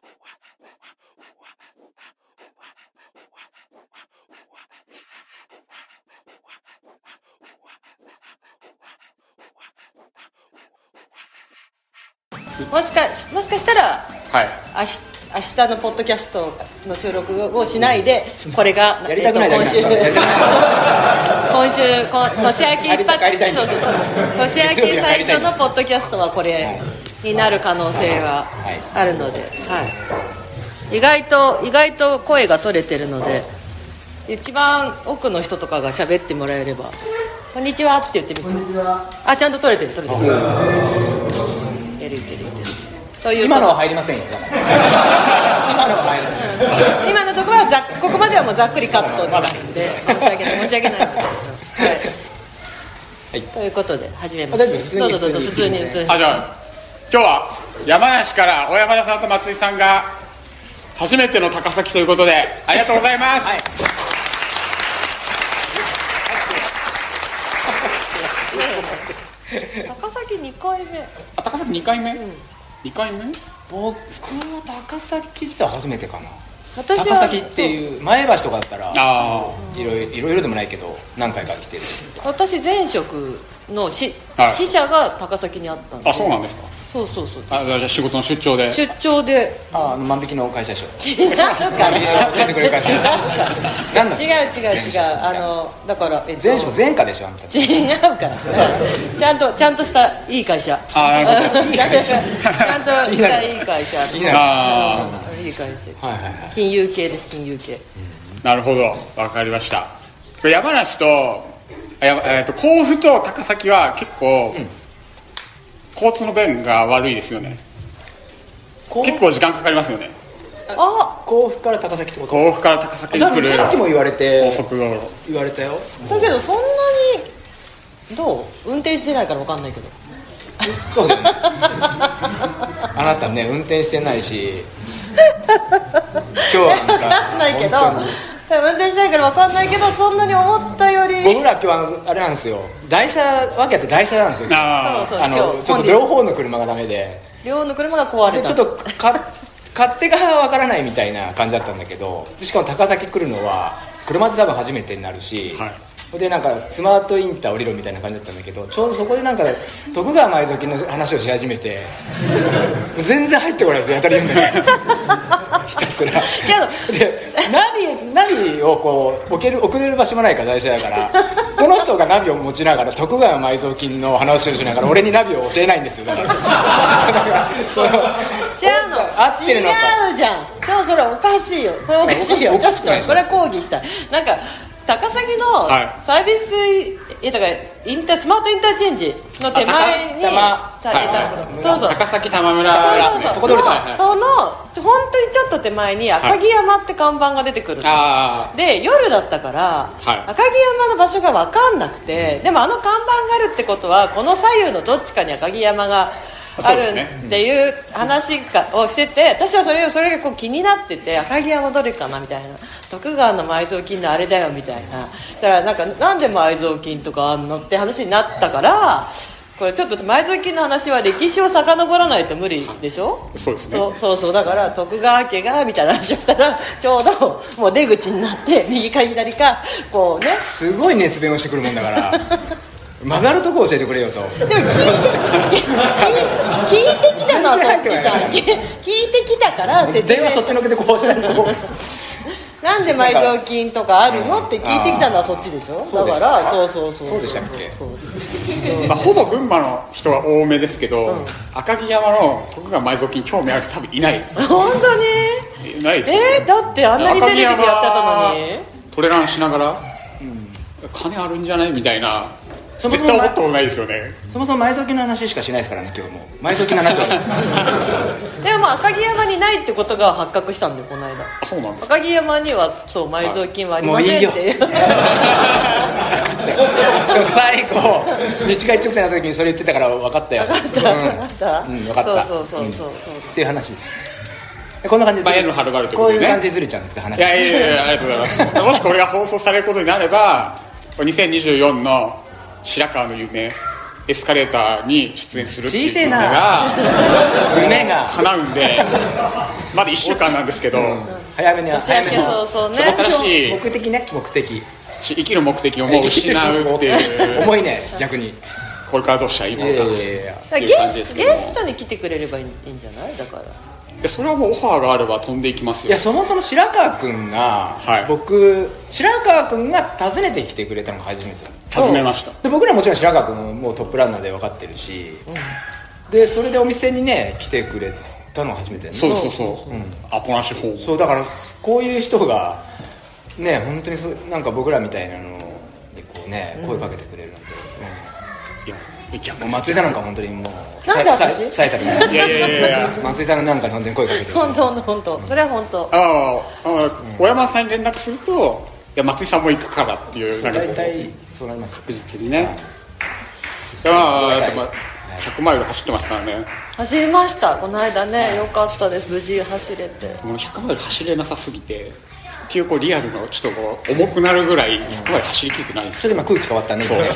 もしかしたら、 はい、 明日のポッドキャストの収録をしないで、これがやりたくない今週年明け一発、そうそう、年明け最初のポッドキャストはこれになる可能性があるので、はい、意外と声が取れてるので、一番奥の人とかが喋ってもらえれば、こんにちはって言ってみて。こんにちは。あ、ちゃんと取れてる。いけるという。 今のは入りませんよ。今のは入らない。 今のところはここまではもうざっくりカットになるんで、申し訳ないんですけど、はい、ということで始めます。どうぞ普通に。 じゃあ今日は山梨から小山田さんと松井さんが初めての高崎ということで、ありがとうございます。はい、 高崎2回目。 高崎2回目、2回目。 僕も高崎自体初めてかな。 私は高崎っていう前橋とかだったらいろいろでもないけど何回か来てる。 私前職の支社が高崎にあったんで。 あ、そうなんですか。 そうじゃあ仕事の出張で万引きの会社でしょ。 違うから教えてくれる会社。 違うだから前職前科でしょ、あんた。 違うからちゃんとしたいい会社。ちゃんとしたいい会社。いい会社。金融系です。金融系。 なるほど、わかりました。これ山梨と甲府と高崎は結構、交通の便が悪いですよね。結構時間かかりますよね。 甲府から高崎ってこと？ 甲府から高崎に来るさっきも言われて、 高速道路言われたよ。 だけどそんなに運転してないから分かんないけど。 そうだよね。あなたね、運転してないし今日は分かんないけど、運転してないから分かんないけど、そんなに思ったより。 僕ら今日はあれなんですよ、台車分けて台車なんですよ。 そうちょっと両方の車がダメで、 両方の車が壊れた。 ちょっと勝手が分からないみたいな感じだったんだけど、しかも高崎来るのは車で多分初めてになるし、でなんかスマートインター降りろみたいな感じだったんだけど、ちょうどそこでなんか徳川埋蔵金の話をし始めて全然入ってこないですよ、当たり言うんだけどひたすらでナビをこう送れる場所もないから台車だからこの人がナビを持ちながら徳川埋蔵金の話をしながら俺にナビを教えないんですよ。だから違うの、 合ってるのか違うじゃん。それおかしいよ。これおかしいよ。 おかしくないですよ。 これは抗議したい。なんか高崎のサービス、だからスマートインターチェンジの手前に高崎玉村、 そこで降りた。その本当にちょっと手前に赤城山って看板が出てくるので、夜だったから赤城山の場所が分かんなくて、でもあの看板があるってことはこの左右のどっちかに赤城山があるっていう話をしてて、私はそれがこう気になってて、赤城山どれかなみたいな、徳川の埋蔵金のあれだよみたいな。だからなんで埋蔵金とかあんのって話になったから、これちょっと埋蔵金の話は歴史を遡らないと無理でしょ。 そうですね。 そうだから徳川家がみたいな話をしたらちょうどもう出口になって右か左かこうね、 すごい熱弁をしてくるもんだから曲がるとこ教えてくれよと。でも聞いてきたのはそっちじゃん。聞いてきたから電話そっちのけでこうしたのなんで埋蔵金とかあるのって聞いてきたのはそっちでしょ。だからそうでしたっけ。 ほぼ群馬の人が多めですけど、赤城山の徳川埋蔵金興味ある人多分いないです。 本当にないです。 だってあんなにテレビでやってたのにトレランしながら、金あるんじゃないみたいな、絶対思ったことないですよね。 そもそも埋蔵金の話しかしないですからね、今日も埋蔵金の話はでも赤城山にないってことが発覚したんで、この間。 そうなんですか。 赤城山には埋蔵金はありませんっていう。 最後道が一直線の時にそれ言ってたから分かったよ。分かったそうっていう話です。こんな感じでこういう感じでずれちゃうんです話。 いやありがとうございます。もしこれが放送されることになれば、2024の白川の夢エスカレーターに出演するっていう夢が叶うんでまだ1週間なんですけど、 早めにそうそうね、 目的ね、目的生きる目的をもう失うっていう重いね、逆にこれからどうしたらいいのかゲストに来てくれればいいんじゃない？だからそれはもうオファーがあれば飛んでいきますよ。 いや、そもそも白川君が、白川君が訪ねてきてくれたのが初めてだ。 訪ねました。 で僕らもちろん白川君ももうトップランナーで分かってるし、でそれでお店にね来てくれたのが初めてだね。 そう、アポなし訪問。 そうだからこういう人がね、本当になんか僕らみたいなのにこうね、声かけてくれるので、松井さんなんか本当にもうなんで私？ 最たるね。いや松井さんなんかに本当に声かけてくれる。 本当それは本当。 小山さんに連絡すると、いや松井さんも行くからっていう、 大体そうなります。 確実にね。100マイル走ってますからね。 走りましたこの間ね、よかったです、無事走れて。 もう100マイル走れなさすぎてっていうリアルのちょっと重くなるぐらい100マイル走りきれてないんです。 それで空気変わったね。 そう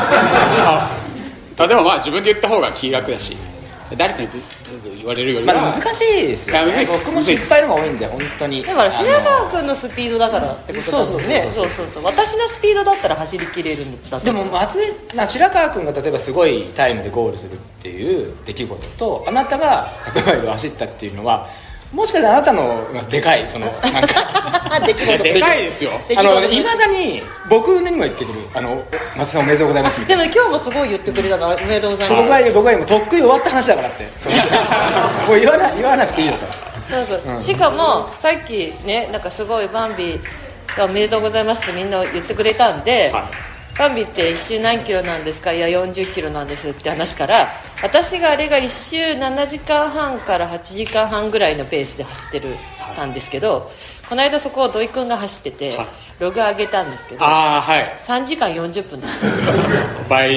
でも自分で言った方が気楽だし、誰かに言われるよりは難しいですよね。僕も失敗のが多いんで本当に。 だから白川君のスピードだからってことだもんね。そう私のスピードだったら走りきれるんだ。 でも白川君が例えばすごいタイムでゴールするっていう出来事と、あなたが100マイル走ったっていうのは、もしかしたらあなたのでかいなんかでかいですよ。 いまだに僕にも言ってくる松井さんおめでとうございますみたいな。 でも今日もすごい言ってくれたの、おめでとうございます。 僕は今とっくに終わった話だからってもう言わなくていいよと。 そう、しかもさっきね、なんかすごいバンビがおめでとうございますってみんな言ってくれたんで、バンビって1周何キロなんですか？いや40キロなんですって話から、私があれが1周7時間半から8時間半ぐらいのペースで走ってたんですけど、この間そこを土井くんが走ってて、ログ上げたんですけど、3時間40分でした倍。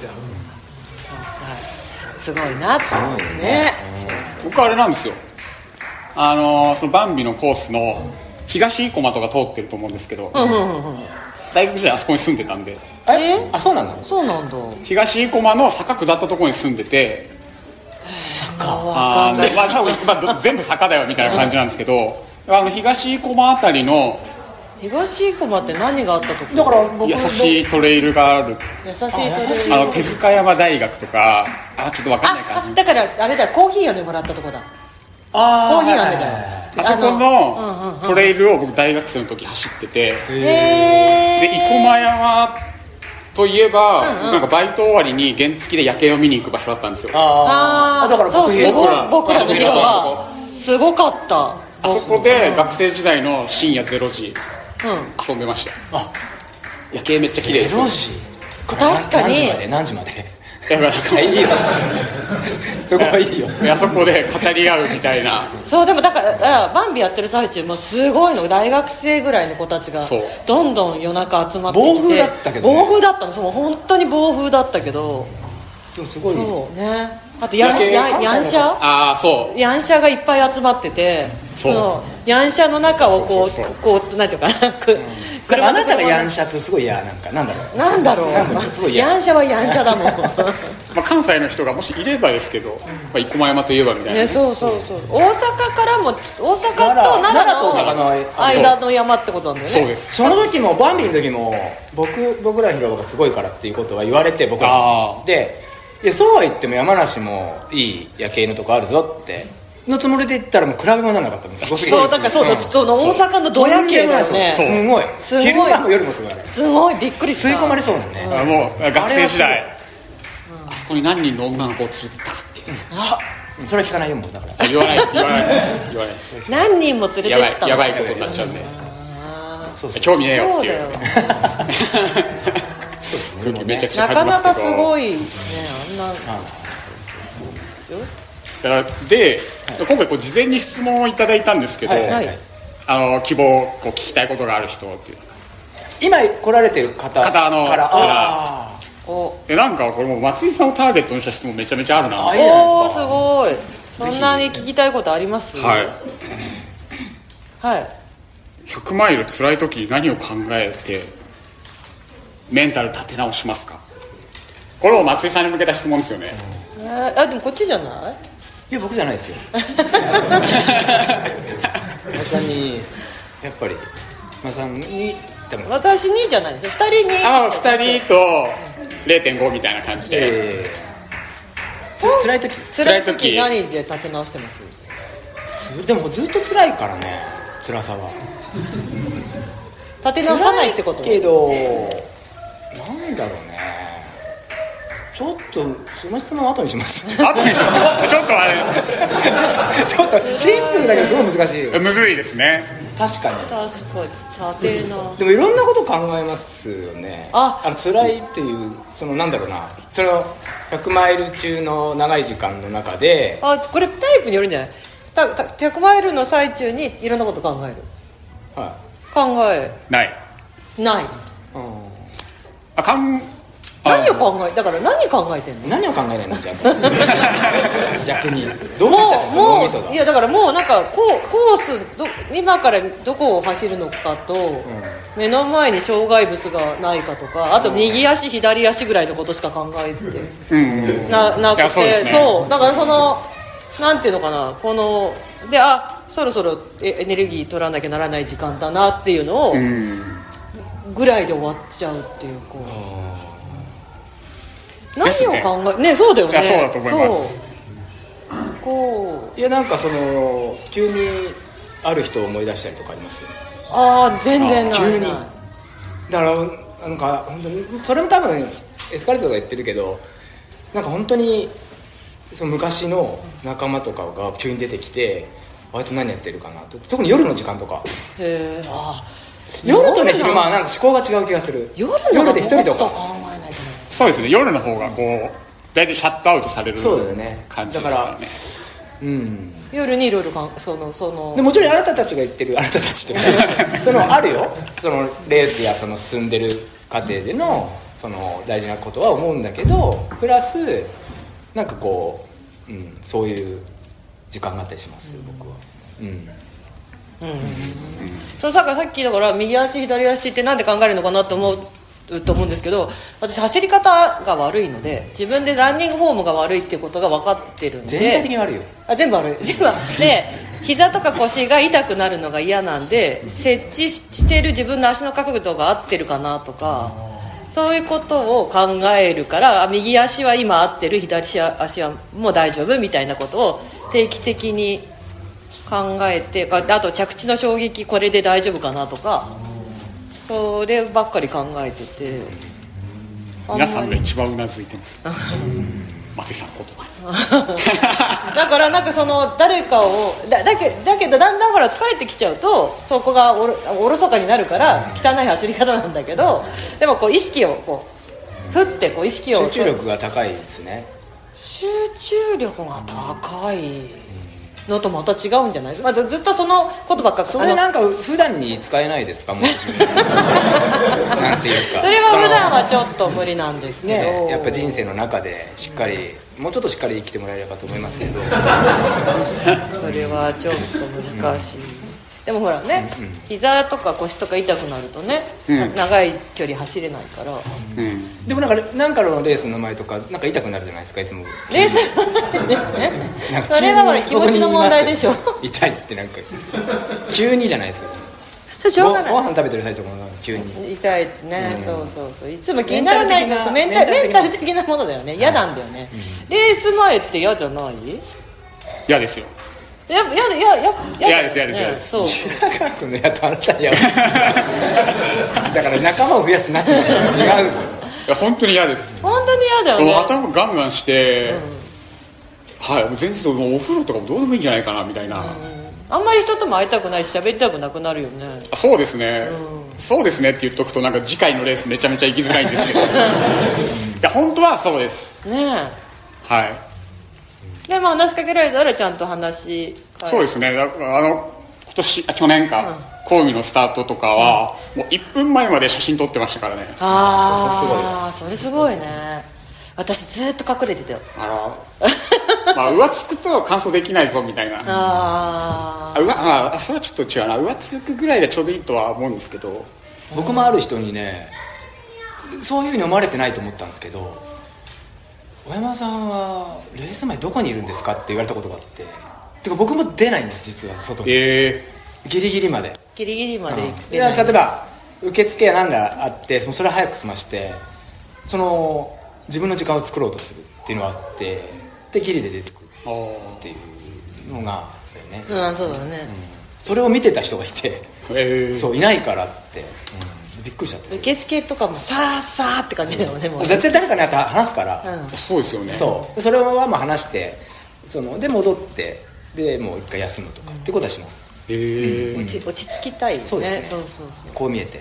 すごいなってね。 僕あれなんですよ、そのバンビのコースの東生駒とか通ってると思うんですけど、大学時代あそこに住んでたんで。 そうなんだ。 東生駒の坂下ったところに住んでて、多分全部坂だよみたいな感じなんですけど、東生駒あたりの東生駒って何があったところ？ だから優しいトレイルがある。 優しいトレイル、 手塚山大学とか、ちょっと分かんないかな。 だからあれだ、コーヒー飴もらったとこだ。コーヒー飴だよ。 あそこのトレイルを僕大学生の時走ってて、で生駒山といえば、なんかバイト終わりに原付で夜景を見に行く場所だったんですよ。 だから僕らの日はすごかった。 あそこで学生時代の深夜0時遊んでました。夜景めっちゃ綺麗です。 0時？ 確かに。 何時まで？ いいよそこはいいよ。 あそこで語り合うみたいな。 そう、でもだからバンビやってる最中もすごいの、大学生ぐらいの子たちがどんどん夜中集まってきて、 暴風だったけどね。 暴風だったの。そう、本当に暴風だったけど、 でもすごい。 そうね。あとヤンシャ、 そうヤンシャがいっぱい集まってて、ヤンシャの中をこうなんていうかな、 あなたがヤンシャツすごい嫌。なんだろうヤンシャはヤンシャだもん関西の人がもしいればですけど、生駒山といえばみたいな、 ね。そう大阪からも、大阪と奈良の間の山ってことなんだよね。 そうです。 その時もバンビの時も僕らの広場がすごいからっていうことは言われて、僕らで、そうは言っても山梨もいい夜景のとこあるぞってのつもりで言ったら、もう比べ物ならなかったもん。すごすぎる。 そうだからその大阪のドヤ景だよね。 すごい。昼間も夜もすごい。 すごいびっくりした。 吸い込まれそうだね。 もう学生時代あそこに何人の女の子を連れてったかっていう。 それは聞かないよ、もう。だから言わないです何人も連れてったの。 やばいことになっちゃうんで。興味ねえよっていう。空気めちゃくちゃなかなかすごいね、 で、今回事前に質問をいただいたんですけど、希望聞きたいことがある人っていう、 今来られてる方からなんかこれもう松井さんをターゲットにした質問めちゃめちゃあるな。 すごい。そんなに聞きたいことあります？はい。 100マイル辛い時に何を考えてメンタル立て直しますか？ここれも松井さんに向けた質問ですよね。 でもこっちじゃない？ いや僕じゃないですよ松さんにやっぱり松さんに私にじゃないですよ、2人に。 2人と 0.5 みたいな感じで、 辛い時何で立て直してます？ でもずっと辛いからね、辛さは立て直さないってこと？ 辛いけどなんだろうね、ちょっとその質問後にします後にしますちょっとあれちょっとシンプルだけどすごい難しい。 むずいですね。 確かに立て直でもいろんなこと考えますよね。辛いっていうなんだろうな、その100マイル中の長い時間の中でこれタイプによるんじゃない？100マイルの最中にいろんなこと考える。 はい。 考えない。 何を考え、だから何考えてんの？ 何を考えないのじゃあ逆にどうなっちゃったの？脳みそが。 いやだからもうなんかコース今からどこを走るのかと、目の前に障害物がないかとか、あと右足左足ぐらいのことしか考えてなくて、そうだからなんていうのかな、でそろそろエネルギー取らなきゃならない時間だなっていうのをぐらいで終わっちゃうっていうか、何を考えね、そうだよね。 そうだと思います。 いやなんか急にある人を思い出したりとかありますよね。 全然ない。 急にだからなんか本当にそれも多分エスカレートが言ってるけど、なんか本当に昔の仲間とかが急に出てきて、あいつ何やってるかなと、特に夜の時間とか。夜とね昼間はなんか思考が違う気がする。夜で一人とかそうですね、夜の方が大体シャットアウトされる感じですからね。 夜にいろいろでもちろんあなたたちが言ってるあなたたちってあるよ、レースや進んでる過程での大事なことは思うんだけど、プラスなんかそういう時間があったりします、僕は。 さっきだから右足左足ってなんで考えるのかなと思うんですけど、私走り方が悪いので、自分でランニングフォームが悪いっていうことが分かってるんで。 全体的に悪いよ。 全部悪いで膝とか腰が痛くなるのが嫌なんで、設置してる自分の足の角度が合ってるかなとか、そういうことを考えるから、右足は今合ってる、左足はもう大丈夫みたいなことを定期的に考えて、あと着地の衝撃これで大丈夫かなとか、そればっかり考えてて、 皆さんが一番うなずいてます松井さんの言葉だからなんか誰かをだけどだんだんほら疲れてきちゃうと、そこがおろそかになるから汚い走り方なんだけど、でも意識をふって意識を、 集中力が高いですね。 集中力が高いのとまた違うんじゃないですか。ずっとそのことばっかり。 それなんか普段に使えないですか？もうなんていうか、 それは普段はちょっと無理なんですけど、 やっぱ人生の中でもうちょっとしっかり生きてもらえればと思いますけどそれはちょっと難しい。でもほらね、膝とか腰とか痛くなるとね、長い距離走れないから、 でもなんかのレースの前とかなんか痛くなるじゃないですか、いつも。 レースそれはほら気持ちの問題でしょ。 痛いってなんか急にじゃないですか。 しょうがない。 ご飯食べてる最初も急に痛いね、そういつも気にならないけど、メンタル的なものだよね。嫌なんだよね。レース前って嫌じゃない？ 嫌ですよ。 嫌ですそう中川君のやつあなた嫌だから仲間を増やすなって違う。 いや本当に嫌です。 本当に嫌だよね。 頭ガンガンして、全然お風呂とかもどうでもいいんじゃないかなみたいな。 あんまり人とも会いたくないし喋りたくなくなるよね。 そうですね、そうですねって言っとくとなんか次回のレースめちゃめちゃ行きづらいんですけどいや本当はそうですね。 でも話しかけられたらちゃんと話そうですね。だから去年か、講義のスタートとかは、もう1分前まで写真撮ってましたからね。 それすごいね。私ずっと隠れてたよ。 浮つくと完走できないぞみたいな。それはちょっと違うな。浮つくぐらいがちょうどいいとは思うんですけど、 僕もある人にね、そういうふうに思われてないと思ったんですけど、 小山さんはレース前どこにいるんですかって言われたことがあって、てか僕も出ないんです実は外に、ギリギリまでギリギリまで行ってない。例えば受付やなんだあってそれ早く済まして自分の時間を作ろうとするっていうのがあって、でギリで出てくるっていうのがだよね。 そうだね、 それを見てた人がいて、そういないからって、びっくりしちゃって。 受付とかもさあって感じだよね、もう絶対誰かに会って話すから、 そうですよね。 それはまあ話してで戻ってでもう一回休むとかってことはします。 落ち着きたいよね。 そうですね。こう見えて、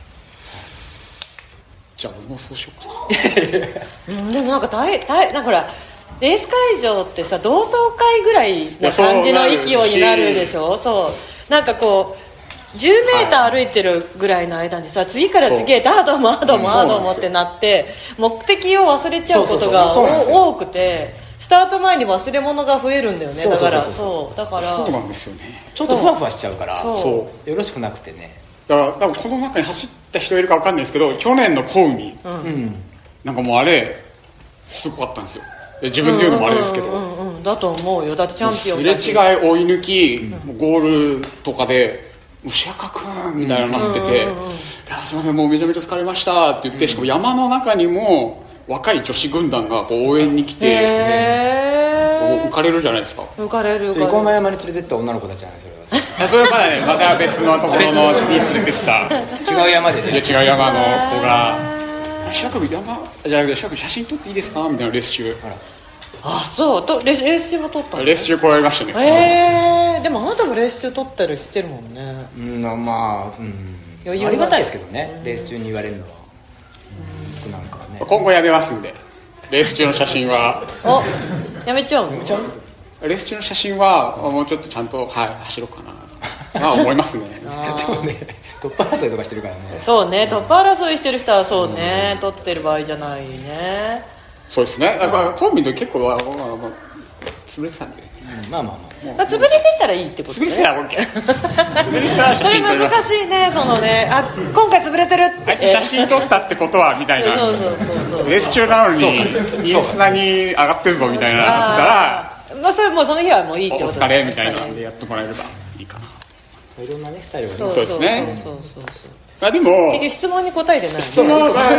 じゃあもうそうしようかでもなんかなんかほらレース会場ってさ同窓会ぐらいな感じの勢いになるでしょ。そうなんかこう10メーター歩いてるぐらいの間にさ、次から次へダードもアドもアドもってなって目的を忘れちゃうことが多くて、スタート前に忘れ物が増えるんだよね。だからそうなんですよね。 ちょっとふわふわしちゃうからよろしくなくてね。 だからこの中に走った人いるか分かんないですけど、去年の小海、なんかもうあれすごかったんですよ。自分で言うのもあれですけど、 だと思うよ。だってチャンピオンだし、すれ違い追い抜き、ゴールとかで牛若君みたいなのになってて、すいませんもうめちゃめちゃ疲れましたって言って、しかも山の中にも若い女子軍団がこう応援に来て、浮かれるじゃないですか。 浮かれる。 生駒山に連れてった女の子たちじゃない。 それはまだね、また別のところに連れてった違う山でね。 いや違う山の子が「白くじゃあ白く写真撮っていいですか?」みたいなレース中。 そうレース中も撮ったの。 レース中こうやりましたね。 でもあなたもレース中撮ったりしてるもんね。 まあ、ありがたいですけどね、レース中に言われるのは。なんかね、 今後やめますんで、レース中の写真はやめちゃうの？ レース中の写真はもうちょっとちゃんと走ろうかな思いますね。 でもね、トップ争いとかしてるからね。 そうね、トップ争いしてる人はそうね、撮ってる場合じゃないね。 そうですね。だからコンビの結構潰れてたんで、 潰れてたらいいってことね。 潰れてたら OK。潰れてたら写真撮ります。 それ難しいね、今回潰れてるって写真撮ったってことはみたいな。そうレース中なのにインスタに上がってるぞみたいなのだったら、 それもうその日はもういいってこと。 お疲れみたいなんでやってもらえればいいかな。 いろんなねスタイルがね。 そうですね。でも結局質問に答えてない。 質問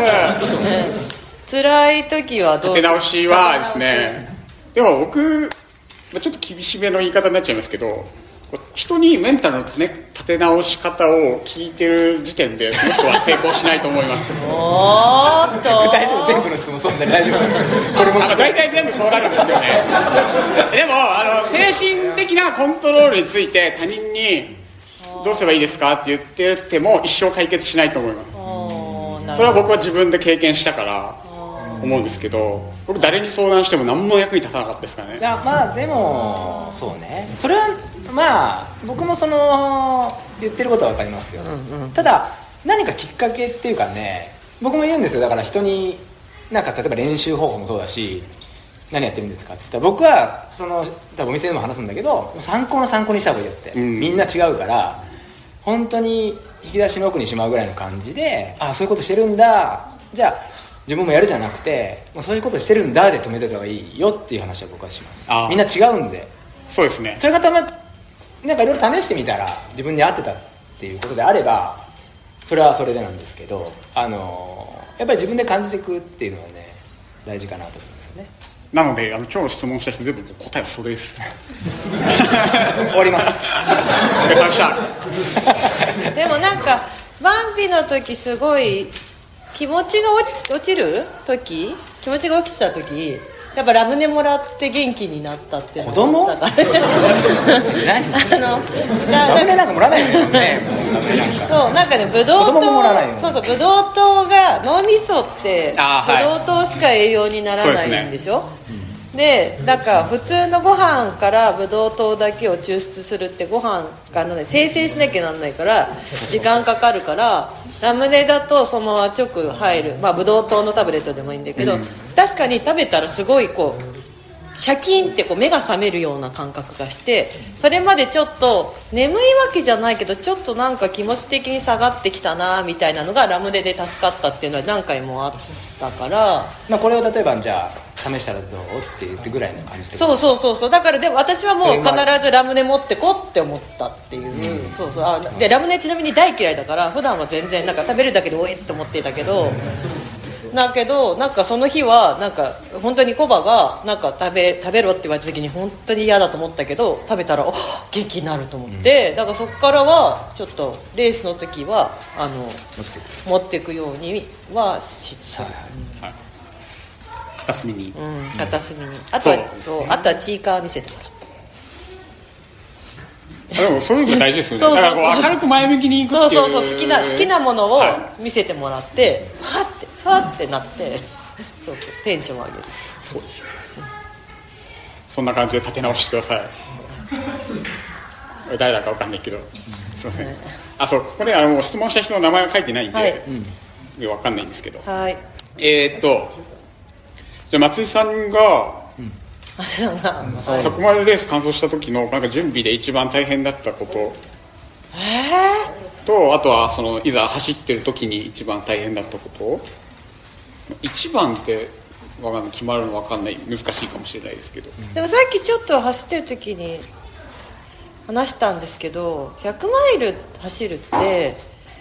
辛い時はどう立て直しはですね、でも僕ちょっと厳しめの言い方になっちゃいますけど、人にメンタルの立て直し方を聞いてる時点でその人は成功しないと思います。 大丈夫、全部の質問そうですね、大丈夫。これも大体全部そうなるんですけどね。でも精神的なコントロールについて他人にどうすればいいですかって言ってても一生解決しないと思います。それは僕は自分で経験したから思うんですけど、僕誰に相談しても何も役に立たなかったですからね。 いやでもそうね、それは僕も言ってることは分かりますよ。ただ何かきっかけっていうかね、僕も言うんですよ。だから人に例えば練習方法もそうだし、何やってるんですかって言ったら、僕は多分お店でも話すんだけど、参考にした方がいいよって、みんな違うから本当に引き出しの奥にしまうぐらいの感じで、そういうことしてるんだ、じゃあ自分もやるじゃなくて、そういうことしてるんだで止めておいた方がいいよっていう話は僕はします。みんな違うんで。 そうですね。 それがいろいろ試してみたら自分に合ってたっていうことであれば、それはそれでなんですけど、やっぱり自分で感じていくっていうのはね、大事かなと思いますよね。 なので今日質問した人全部答えはそれです。 終わります。 お疲れ様でした。 でもバンビの時すごい気持ちが落ちる時、気持ちが落ちた時、やっぱラムネもらって元気になったっていうの。 子供？ だからラムネなんかもらわないんですよね。 そうね、ブドウ糖、ブドウ糖が脳みそってブドウ糖しか栄養にならないんでしょ。でだから普通のご飯からブドウ糖だけを抽出するってご飯が生成しなきゃなんないから時間かかるから、ラムネだとそのまま直入る、ブドウ糖のタブレットでもいいんだけど、確かに食べたらすごいシャキンって目が覚めるような感覚がして、それまでちょっと眠いわけじゃないけどちょっと気持ち的に下がってきたなみたいなのがラムネで助かったっていうのは何回もあって。 たから、 まあ、これを例えばじゃあ試したらどうって言ってぐらいの感じで、 そうだからでも私はもう必ずラムネ持ってこって思ったっていう、でラムネちなみに大嫌いだから普段は全然なんか食べるだけでおいって思っていたけど、なんかその日はなんか本当にコバがなんか食べろって言われた時に本当に嫌だと思ったけど、食べたら元気になると思って、だからそこからはちょっとレースの時は持っていくようにはしつつ、 片隅に、 片隅に、あとはチーカー見せてもらった。 でもそういうの大事ですよね。だからこう明るく前向きにいくっていう、 好きなものを見せてもらって、ふわってなってテンションを上げる。 そうですね、そんな感じで立て直してください。誰だか分かんないけど、すいません。そう、ここでもう質問した人の名前は書いてないんで、分かんないんですけど、じゃあ松井さんが100マイルレース完走した時のなんか準備で一番大変だったこと、とあとはいざ走ってる時に一番大変だったこと。一番って決まるの分かんない、難しいかもしれないですけど、 でもさっきちょっと走ってる時に話したんですけど、100マイル走るって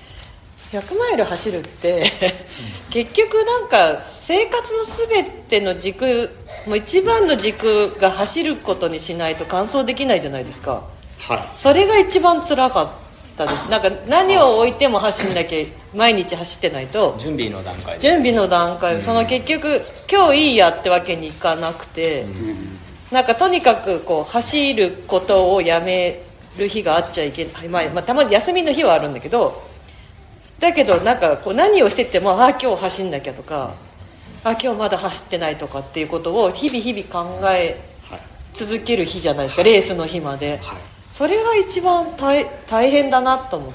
結局なんか生活の全ての軸、もう一番の軸が走ることにしないと完走できないじゃないですか。それが一番辛かったです。なんか何を置いても走んなきゃ、毎日走ってないと、準備の段階、その結局今日いいやってわけにいかなくて、なんかとにかくこう走ることをやめる日があっちゃいけない、たまに休みの日はあるんだけど、なんかこう何をしてても今日走んなきゃとか、今日まだ走ってないとかっていうことを日々考え続ける日じゃないですか、レースの日まで。それが一番大変だなと思って、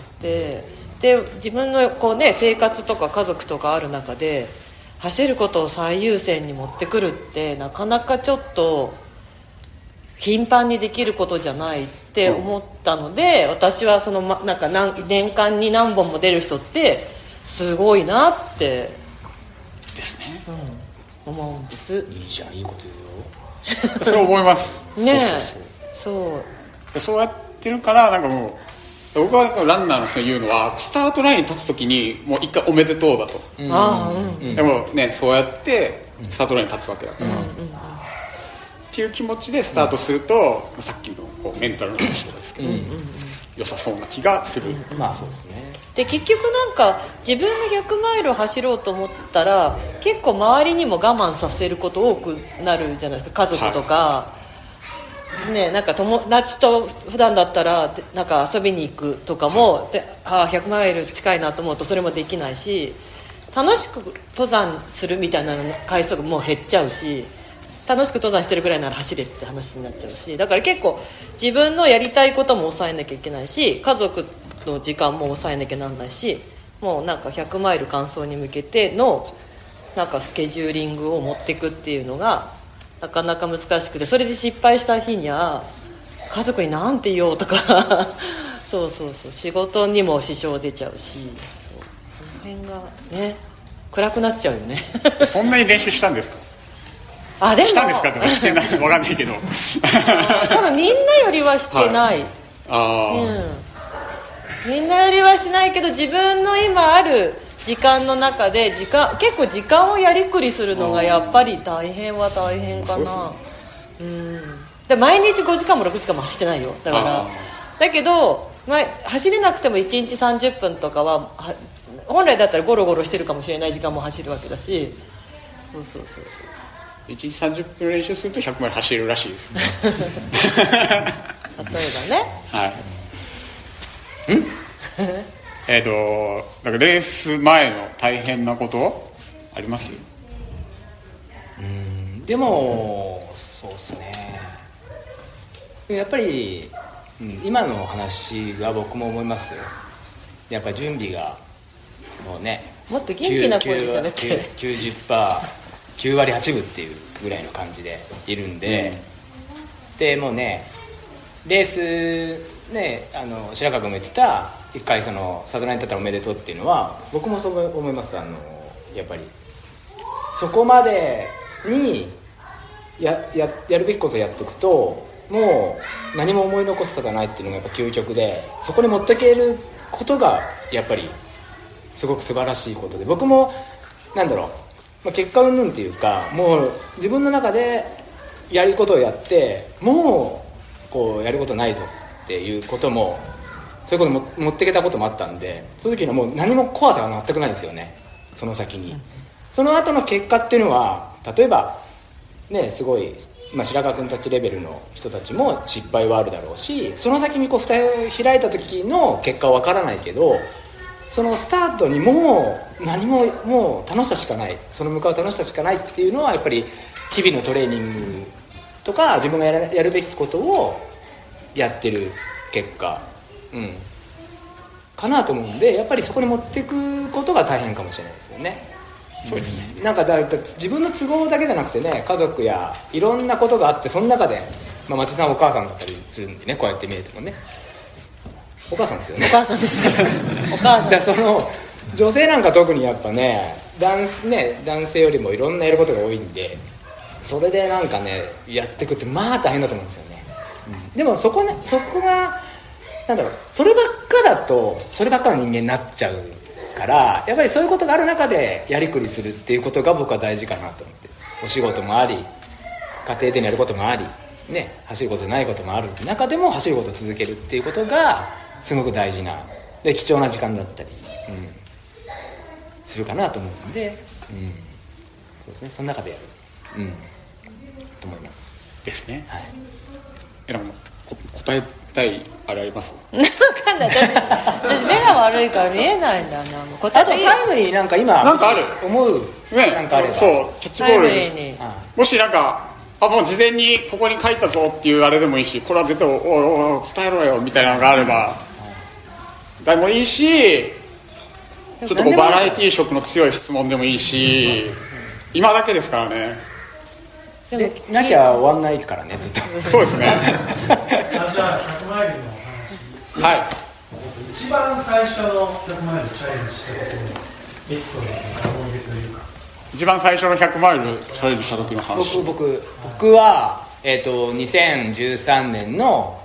で自分のこう、生活とか家族とかある中で走ることを最優先に持ってくるってなかなかちょっと頻繁にできることじゃないって思ったので、私はなんか年間に何本も出る人ってすごいなってですね、 思うんです。 いいじゃん、いいこと言うよ。そう思いますね。 そうやってるから、なんかもう僕はランナーの人に言うのは、スタートラインに立つ時にもう一回おめでとうだと、でもね、そうやってスタートラインに立つわけだから、っていう気持ちでスタートすると、さっきのこうメンタルの話とかですけど、良さそうな気がする。 そうですね。 で結局なんか自分が100マイルを走ろうと思ったら、結構周りにも我慢させること多くなるじゃないですか、家族とか、なんか友達と普段だったらなんか遊びに行くとかも、100マイル近いなと思うとそれもできないし、楽しく登山するみたいな回数がもう減っちゃうし、楽しく登山してるぐらいなら走れって話になっちゃうし、だから結構自分のやりたいことも抑えなきゃいけないし、家族の時間も抑えなきゃなんないし、もうなんか100マイル完走に向けてのなんかスケジューリングを持っていくっていうのがなかなか難しくて、それで失敗した日には家族に何て言おうとかそう仕事にも支障出ちゃうし、その辺がね暗くなっちゃうよねそんなに練習したんですか？ でもしたんですかってしてない分かんないけど多分みんなよりはしてない、みんなよりはしないけど、自分の今ある時間の中で結構時間をやりくりするのがやっぱり大変は大変かな。で毎日5時間も6時間も走ってないよ、だからだけど、走れなくても1日30分とかは本来だったらゴロゴロしてるかもしれない時間も走るわけだし、そう 1日30分練習すると100マイル走れるらしいです例えばねなんかレース前の大変なことあります？ でもそうですね、やっぱり、今の話は僕も思いますよ。やっぱ準備がもうね、 もっと元気な声で喋って 90%9 割8分っていうぐらいの感じでいるんで、でもうねレースね、白川君も言ってた一回サドラーに立ったらおめでとうっていうのは僕もそう思います。やっぱりそこまでにやるべきことをやっておくともう何も思い残すことはないっていうのがやっぱ究極で、そこに持っていけることがやっぱりすごく素晴らしいことで、僕もなんだろう、結果云々っていうか、もう自分の中でやることをやってもうこうやることないぞっていうことも、そういうことも持っていけたこともあったんで、その時にはもう何も怖さが全くないんですよね。その先にその後の結果っていうのは、例えばね、すごい、白川君たちレベルの人たちも失敗はあるだろうし、その先にこう蓋を開いた時の結果は分からないけど、そのスタートにもう何ももう楽しさしかない、その向かう楽しさしかないっていうのはやっぱり日々のトレーニングとか自分がやるべきことをやってる結果、かなと思うんで、やっぱりそこに持っていくことが大変かもしれないですよね。 そうですね。 なんか自分の都合だけじゃなくてね、家族やいろんなことがあって、その中で、松井さんはお母さんだったりするんでね、こうやって見えてもね、お母さんですよね。 お母さんですお母さんだその女性なんか特にやっぱね、男性よりもいろんなやることが多いんで、それでなんかねやっていくってまあ大変だと思うんですよね、でもそこがなんだろう、そればっかだとそればっかの人間になっちゃうから、やっぱりそういうことがある中でやりくりするっていうことが僕は大事かなと思って、お仕事もあり家庭でやることもあり、ね、走ることじゃないこともある中でも走ることを続けるっていうことがすごく大事なで貴重な時間だったり、するかなと思うんで、そうですね、その中でやる、と思いますですね。 はい。 でも答えたいあれあります？ 分かんない、私目が悪いから見えないんだな。 あとタイムリーなんか今なんかある思う、 ね、 なんかあれば、 そうキャッチボールにもしなんかもう事前にここに書いたぞっていうあれでもいいし、これは絶対おい答えろよみたいなのがあればでもいいし、ちょっとこうバラエティー色の強い質問でもいいし、今だけですからね。 でなきゃ終わんないからね、ずっと。 そうですね。 じゃあ100マイルの話、 はい、 一番最初の100マイルチャレンジした時のエピソードとか思い出というか、 一番最初の100マイルチャレンジした時の話。 僕は、2013年の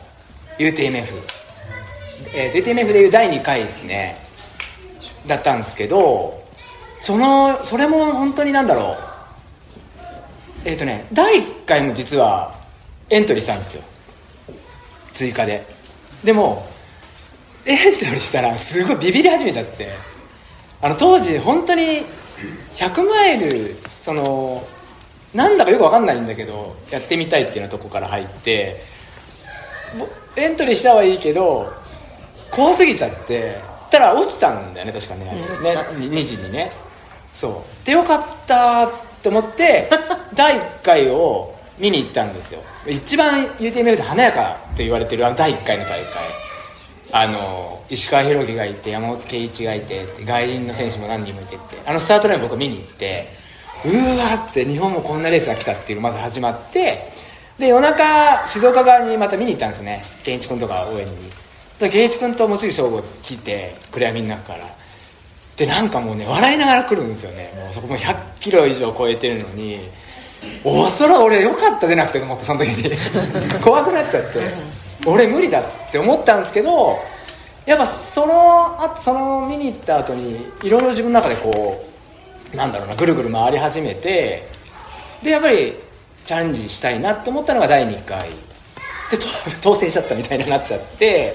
UTMF、UTMF でいう第2回ですねだったんですけど、それも本当になんだろう、第1回も実はエントリーしたんですよ、追加で。でもエントリーしたらすごいビビり始めちゃって、当時本当に100マイルなんだかよく分かんないんだけどやってみたいっていうようなとこから入って、エントリーしたはいいけど怖すぎちゃって、たら落ちたんだよね、確かね、2時にね。そうでよかったと思って第1回を見に行ったんですよ。一番 UTMF で華やかと言われてる第1回の大会、石川博樹がいて山本圭一がいて外人の選手も何人もいてって、スタートライン僕見に行って、うわって日本もこんなレースが来たっていうのがまず始まって、で夜中静岡側にまた見に行ったんですね、健一君とか応援に。で健一君と望月翔吾来て暗闇の中からで、なんかもうね笑いながら来るんですよね。もうそこも100キロ以上超えてるのに、それは俺よかった出なくてと思って、その時に怖くなっちゃって、俺無理だって思ったんですけど、やっぱその見に行った後にいろいろ自分の中でこうなんだろうな、ぐるぐる回り始めて、でやっぱりチャレンジしたいなと思ったのが第2回で当選しちゃったみたいになっちゃって、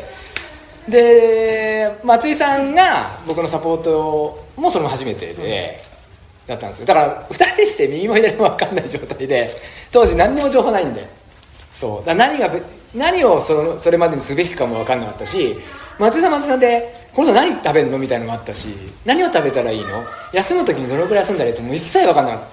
で松井さんが僕のサポートもそれも初めてでだったんですよ。だから2人して右も左も分かんない状態で、当時何にも情報ないんで、そうだから何をそれまでにすべきかも分かんなかったし、松井さんでこの人何食べるのみたいなのもあったし、何を食べたらいいの、休む時にどのくらい休んだらいいともう一切分かんなかった。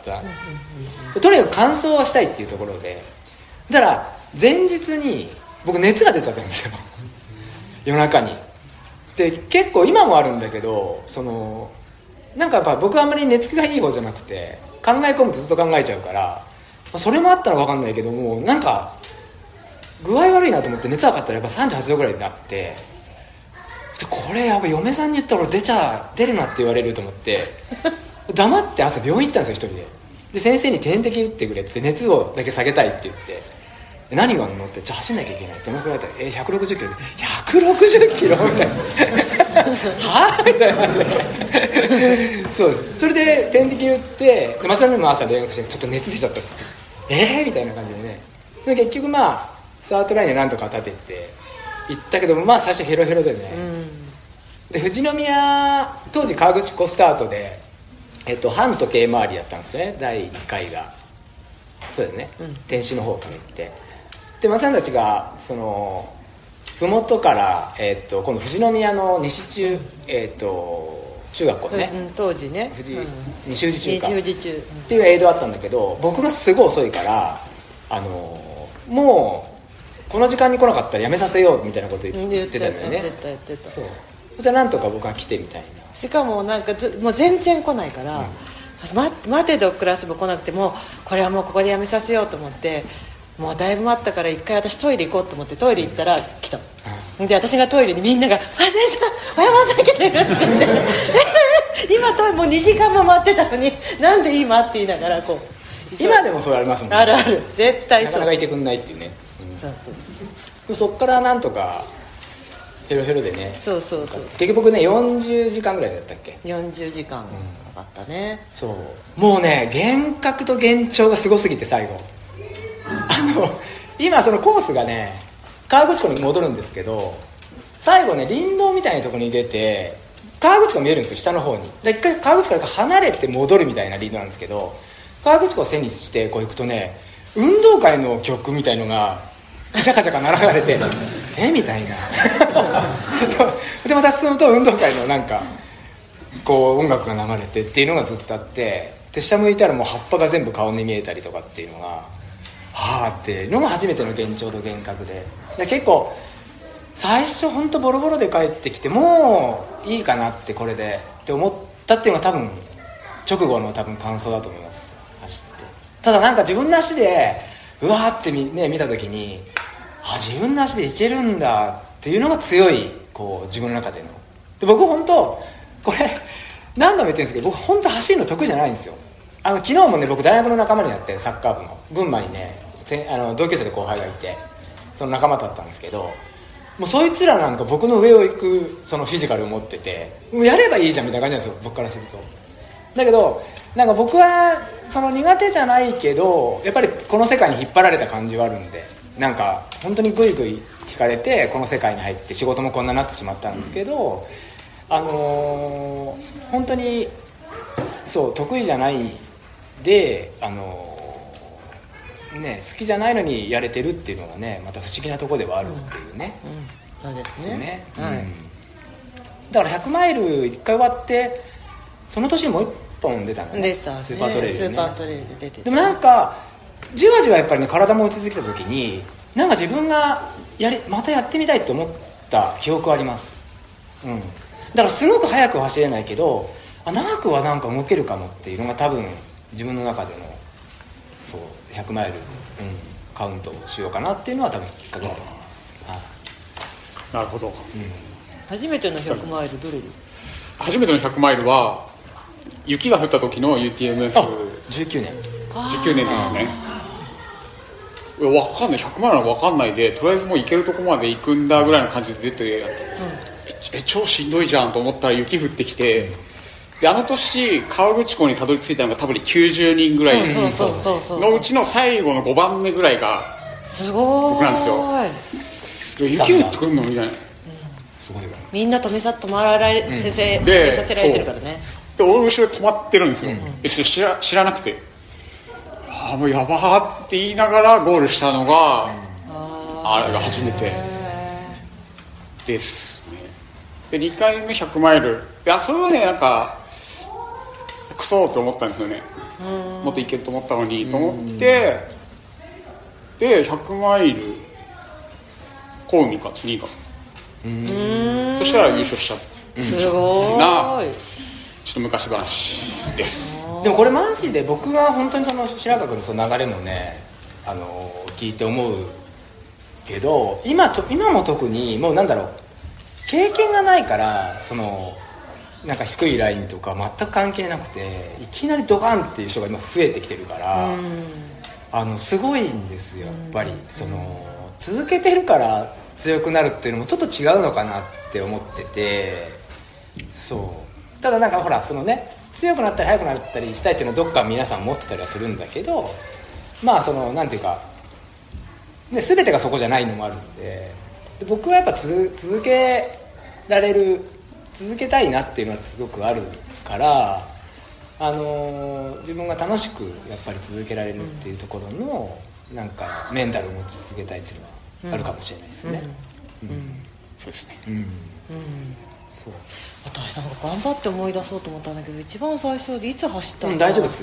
とにかく完走はしたいっていうところで、だから前日に僕熱が出ちゃったんですよ夜中に。で結構今もあるんだけど、なんかやっぱ僕はあんまり寝つきがいい方じゃなくて、考え込むとずっと考えちゃうから、それもあったら分かんないけども、なんか具合悪いなと思って熱が測ったらやっぱ38度ぐらいになって、これやっぱ嫁さんに言ったら俺出るなって言われると思って黙って朝病院行ったんですよ、一人で。 で先生に点滴打ってくれって熱をだけ下げたいって言って、何があるのって、じゃあ走んなきゃいけないってどのくらいだったら160キロで160キロみたいなはぁみたいなそうです。それで点滴打って松田にも朝連絡してちょっと熱出ちゃったっつってみたいな感じでね。で結局まあスタートラインでなんとか立てて行ったけど、まあ最初ヘロヘロでね、で富士宮当時河口湖スタートで反時計回りやったんですよね、第2回が。そうですね、天使の方から行って、で松さんたちがその麓から、今度富士宮の西中、中学校ね、 当時ね、 西富士中か西富士中、 っていうエイドあったんだけど、僕がすごい遅いからもうこの時間に来なかったらやめさせようみたいなこと言ってたんだよね。 言ってた。 そう、そしたらなんとか僕が来てみたいな。 しかもなんかもう全然来ないから、待てどクラスも来なくても、これはもうここでやめさせようと思って、もうだいぶ待ったから一回私トイレ行こうと思ってトイレ行ったら来た、で私がトイレにみんなが「先生小山さん来てる」って言って今トイレもう2時間も待ってたのになんで今って言いながらこう、 今でもそれありますもんね。 あるある、絶対そう、 なかなかいてくんないっていうね、 そうそっからなんとかヘロヘロでね、 そう結局僕ね40時間ぐらいだったっけ。 40時間かかったね、 そうもうね幻覚と幻聴がすごすぎて、最後今そのコースがね河口湖に戻るんですけど、最後ね林道みたいなところに出て河口湖見えるんですよ、下の方に。で一回河口湖から離れて戻るみたいな林道なんですけど、河口湖を背にしてこう行くとね、運動会の曲みたいのがカチャカチャか流れてみたいなでまた進むと運動会のなんかこう音楽が流れてっていうのがずっとあって、で下向いたらもう葉っぱが全部顔に見えたりとかっていうのがはあっていうのが初めての幻聴と幻覚で、結構最初本当ボロボロで帰ってきて、もういいかなってこれでって思ったっていうのが多分直後の多分感想だと思います。走ってただなんか自分の足でうわーって見た時に、自分の足でいけるんだっていうのが強い、こう自分の中での。で僕本当これ何度も言ってるんですけど、僕本当走るの得意じゃないんですよ。昨日もね、僕大学の仲間になって、サッカー部の群馬にね同級生で後輩がいて、その仲間だったんですけど、もうそいつらなんか僕の上を行くそのフィジカルを持ってて、もうやればいいじゃんみたいな感じなんですよ、僕からすると。だけどなんか僕はその苦手じゃないけど、やっぱりこの世界に引っ張られた感じはあるんで、なんか本当にグイグイ惹かれてこの世界に入って仕事もこんなになってしまったんですけど、本当にそう得意じゃないでね、好きじゃないのにやれてるっていうのがね、また不思議なところではあるっていうね、 そうですね、 だから100マイル1回終わってその年にもう1本出たのね、 出たね、 スーパートレイルね、 スーパートレイル出てた。 でもなんかじわじわやっぱりね、体も落ち着いてきた時になんか自分がまたやってみたいって思った記憶はあります、だからすごく速くは走れないけど、長くはなんか動けるかもっていうのが多分自分の中でのそう100マイル、カウントしようかなっていうのは多分きっかけだと思います、 なるほど、 初めての100マイルどれで？ 初めての100マイルは雪が降った時の UTMF。 19年ですね。分かんない、100マイルは分かんないで、とりあえずもう行けるとこまで行くんだぐらいの感じで出て、超しんどいじゃんと思ったら雪降ってきて、であの年河口湖にたどり着いたのが多分90人ぐらいのうちの最後の5番目ぐらいが僕なんですよ。雪降ってくるのみたいな、 すごいわ。 みんな止まられさせられてるからね。 で俺後ろで止まってるんですよ、知らなくて、もうやばーって言いながらゴールしたのが、あれが初めてですね。で2回目100マイル、いやそれはね、なんかクソって思ったんですよね。もっといけると思ったのにと思って、で100マイルコウミか次が、そしたら優勝しちゃった。 すごい。 ちょっと昔話です。 でもこれマジで僕が本当にその白川君のその流れもね、聞いて思うけど、今も特にもうなんだろう、経験がないから、そのなんか低いラインとか全く関係なくて、いきなりドカンっていう人が今増えてきてるから、すごいんですよやっぱり。続けてるから強くなるっていうのもちょっと違うのかなって思ってて、そうただなんかほら強くなったり速くなったりしたいっていうのはどっか皆さん持ってたりはするんだけど、まあなんていうか、ね、全てがそこじゃないのもあるんで、僕はやっぱ続けたいなっていうのはすごくあるから、自分が楽しくやっぱり続けられるっていうところのなんかメンタルを持ち続けたいっていうのはあるかもしれないですね。 そうですね。 そう。 私なんか頑張って思い出そうと思ったんだけど、一番最初でいつ走ったのか。 大丈夫です。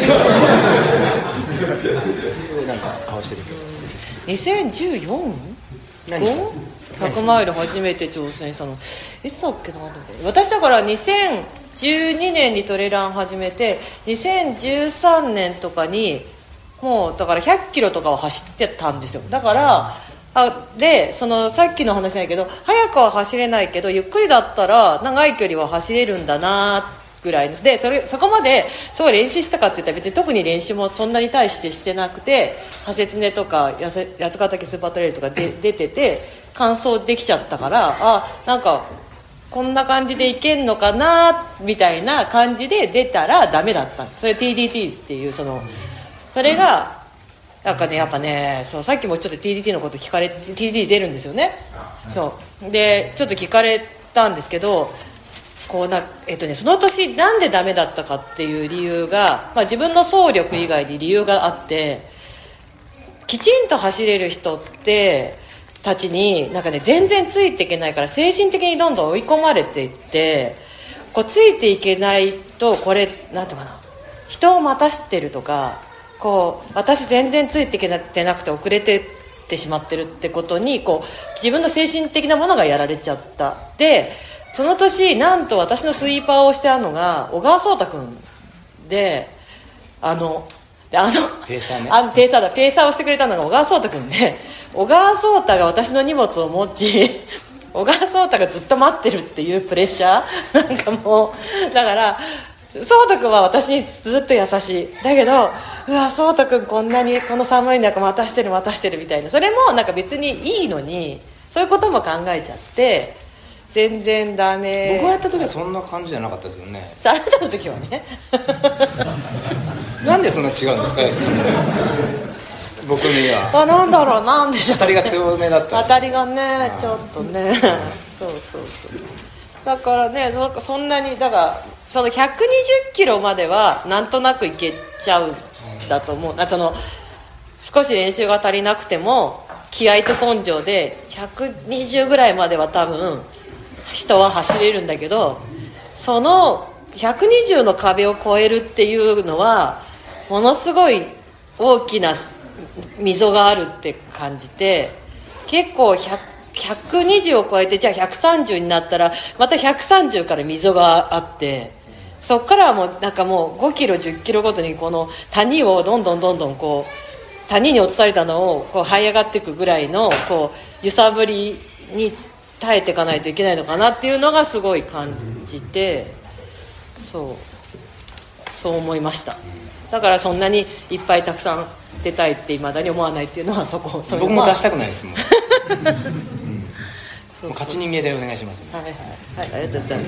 なんか顔してるけど。 2014？ 何した ？100マイル初めて挑戦したのいつだっけな。私だから2012年にトレラン始めて、2013年とかにもうだから100キロとかを走ってたんですよ。だからでさっきの話じゃないけど、速くは走れないけどゆっくりだったら長い距離は走れるんだなぐらいです。でそこまですごい練習したかって言ったら別に特に練習もそんなに対してしてなくて、ハセツネとか八ヶ岳スーパートレイルとか出てて完走できちゃったから、なんかこんな感じでいけんのかなみたいな感じで出たらダメだった。それ TDT っていうそれがなんかね、やっぱね、さっきもちょっと TDT のこと聞かれて TDT 出るんですよね。そうでちょっと聞かれたんですけど、その年なんでダメだったかっていう理由が、自分の走力以外に理由があって、きちんと走れる人たちになんかね全然ついていけないから、精神的にどんどん追い込まれていって、ついていけないと、これなんていうかな、人を待たしてるとか、私全然ついていけてなくて遅れてってしまってるってことに自分の精神的なものがやられちゃった。でその年なんと私のスイーパーをしてあるのが小川颯太君で、ペーサーね、ペーサーをしてくれたのが小川颯太君で、小川颯太が私の荷物を持ち小川颯太がずっと待ってるっていうプレッシャーなんかもうだから颯太君は私にずっと優しい。だけど颯太君こんなにこの寒い中待たしてるみたいな、それもなんか別にいいのにそういうことも考えちゃって全然ダメ。 僕がやった時はそんな感じじゃなかったですよね。 あなたの時はねなんでそんな違うんですか僕には。 なんだろう、なんでしょう、 当たりが強めだったんです。 当たりがねちょっとねそうだからね、そんなにだからその120キロまではなんとなくいけちゃうんだと思う。少し練習が足りなくても気合と根性で120ぐらいまでは多分人は走れるんだけど、その120の壁を越えるっていうのはものすごい大きな溝があるって感じて、結構120を超えてじゃあ130になったらまた130から溝があって、そっからはもうなんかもう5キロ10キロごとにこの谷をどんどん谷に落とされたのを這い上がっていくぐらいの揺さぶりに耐えていかないといけないのかなっていうのがすごい感じて、そう思いました。だからそんなにいっぱいたくさん出たいって未だに思わないっていうのは僕も出したくないですもん勝ち人間でお願いします、ね、 はい、ありがとうございます。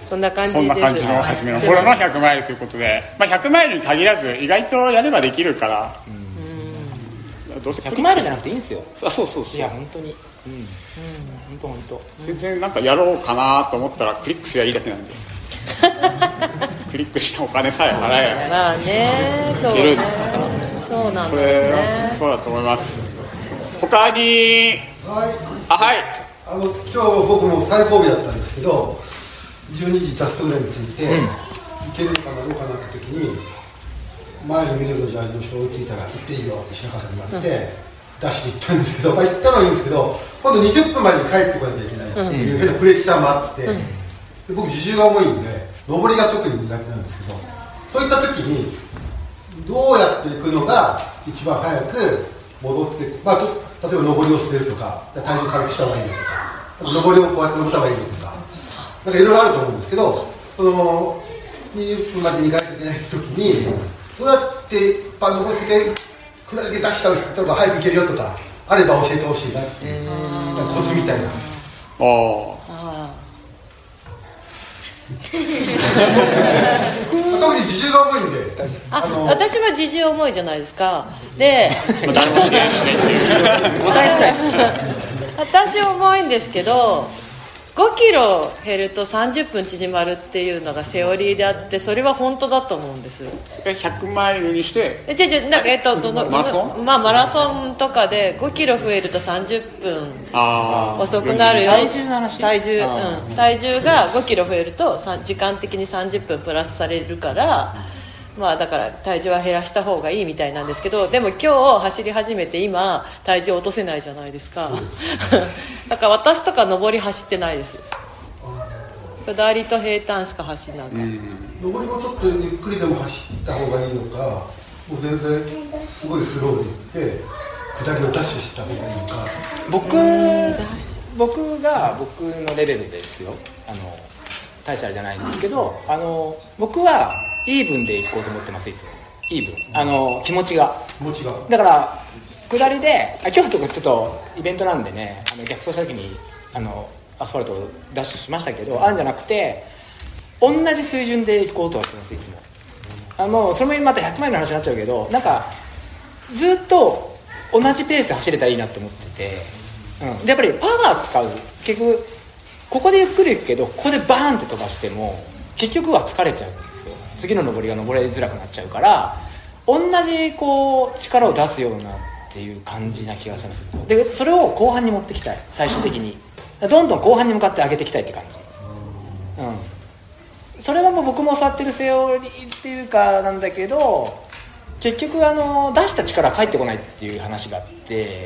そんな感じです。 そんな感じの初めの頃の100マイルということで、100マイルに限らず意外とやればできるから、 どうせ100マイルじゃなくていいんですよ。 そういや本当に本当全然なんかやろうかなと思ったらクリックすりゃいいだけなんでクリックしたお金さえ払えばそうなんだよね。 そうだと思います。他に今日僕も最後尾だったんですけど、12時ジャストぐらいについて、行けるかなどうかなって時に前の緑のジャージの人が追いついたら行っていいよって白川さんに言われて、ダッシュで行ったんですけど、行ったのはいいんですけど、今度20分前に帰ってこなきゃいけないっていう変なプレッシャーもあって、で僕自重が重いんで上りが特に苦手なんですけど、そういった時にどうやっていくのが一番早く戻って、例えば上りを捨てるとか体重軽くした方がいいよとか、上りをこうやって乗った方がいいよとか、 なんかいろいろあると思うんですけど、その20分までに行かないといけない時にどうやってパン残して下りで出しちゃう人が早く行けるよとかあれば教えてほしいなっていうコツみたいな。特に自重が重いんで、 私は自重重いじゃないですか。で誰も知り合いしないっていう答えづらいです私重いんですけど、5キロ減ると30分縮まるっていうのがセオリーであって、それは本当だと思うんです。 100マイルにしてなんかマラソンとかで5キロ増えると30分遅くなるよ。体重が5キロ増えると時間的に30分プラスされるから、だから体重は減らした方がいいみたいなんですけど、でも今日走り始めて今体重落とせないじゃないですかだから私とか上り走ってないです。下りと平坦しか走らない。 上りもちょっとゆっくりでも走った方がいいのか、もう全然すごいスローで行って下りをダッシュした方がいいのか。 僕のレベルですよ、大したあれじゃないんですけど、僕はイーブンで行こうと思ってます。いつもイーブン、気持ちがだから下りで今日とかちょっとイベントなんでね、逆走した時にアスファルトをダッシュしましたけど、あるんじゃなくて同じ水準で行こうとはしてます。いつもそれもまた100マイルの話になっちゃうけど、なんかずっと同じペースで走れたらいいなって思ってて、でやっぱりパワー使う、結局ここでゆっくり行くけどここでバーンって飛ばしても結局は疲れちゃうんですよ。次の上りが登れづらくなっちゃうから、同じ力を出すようなっていう感じな気がします。でそれを後半に持ってきたい。最終的にどんどん後半に向かって上げていきたいって感じ。それはもう僕も触ってるセオリーっていうかなんだけど、結局出した力は返ってこないっていう話があって、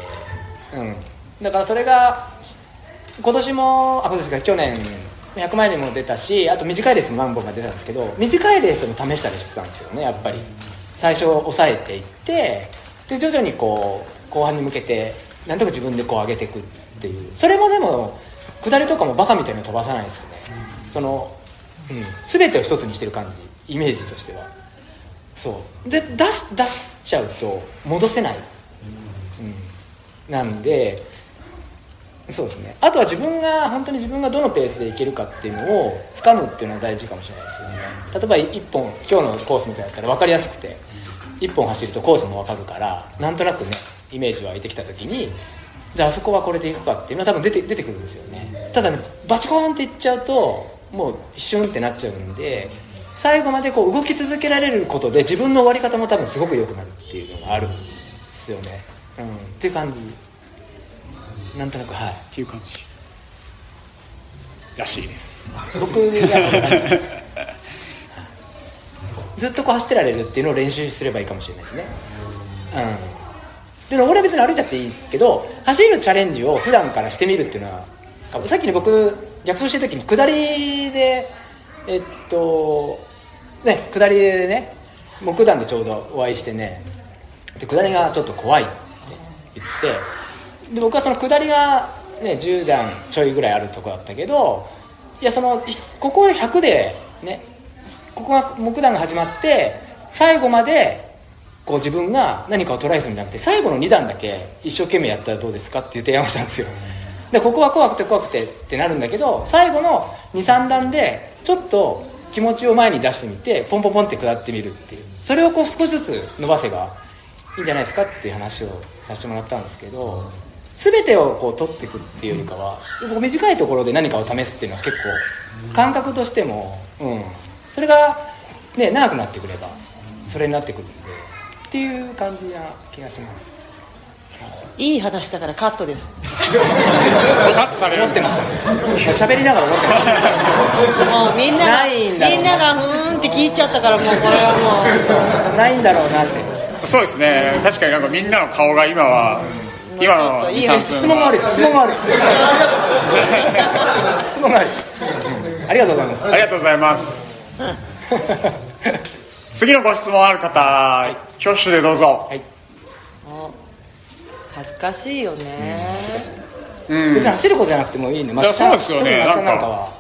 だからそれが今年も去年100マイルにも出たし、あと短いレースも何本か出たんですけど、短いレースも試したりしてたんですよね。やっぱり最初抑えていって、で徐々に後半に向けてなんとか自分で上げていくっていう。それもでも下りとかもバカみたいに飛ばさないですね。全てを一つにしてる感じ、イメージとしては。そうで出しちゃうと戻せない、なんでそうですね。あとは本当に自分がどのペースでいけるかっていうのを掴むっていうのは大事かもしれないですよね。例えば1本今日のコースみたいだったら分かりやすくて、1本走るとコースも分かるから、なんとなくねイメージ湧いてきた時に、じゃああそこはこれでいくかっていうのは多分出てくるんですよね。ただね、バチコーンっていっちゃうともう一瞬ってなっちゃうんで、最後まで動き続けられることで自分の終わり方も多分すごく良くなるっていうのがあるんですよね。っていう感じ、なんとなくっていう感じらしいです。 僕がずっと走ってられるっていうのを練習すればいいかもしれないですね。で俺は別に歩いちゃっていいですけど、走るチャレンジを普段からしてみるっていうのは、さっきね僕逆走してる時に下りで下りでね、木段でちょうどお会いしてね、で下りがちょっと怖いって言って、で僕はその下りがね10段ちょいぐらいあるとこだったけど、いやここ100でね、ここが木段が始まって最後まで自分が何かをトライするんじゃなくて、最後の2段だけ一生懸命やったらどうですかっていう提案をしたんですよ。でここは怖くてってなるんだけど、最後の 2,3 段でちょっと気持ちを前に出してみてポンポンポンって下ってみるっていう、それを少しずつ伸ばせばいいんじゃないですかっていう話をさせてもらったんですけど、全てを取っていくっていうよりかは短いところで何かを試すっていうのは結構感覚としても、それが、ね、長くなってくればそれになってくるんでっていう感じな気がします。 いい話だからカットです。 カットされる。 思ってました。喋りながら思ってました。 もうみんながふーんって聞いちゃったから、もうこれはもうないんだろうなって。 そうですね。確かになんかみんなの顔が今の質問がある。質問がある。ありがとうございます。 ありがとうございます。次のご質問ある方、挙手でどうぞ。 恥ずかしいよね。 別に走ることじゃなくてもいいね。 そうですよね。 なんかは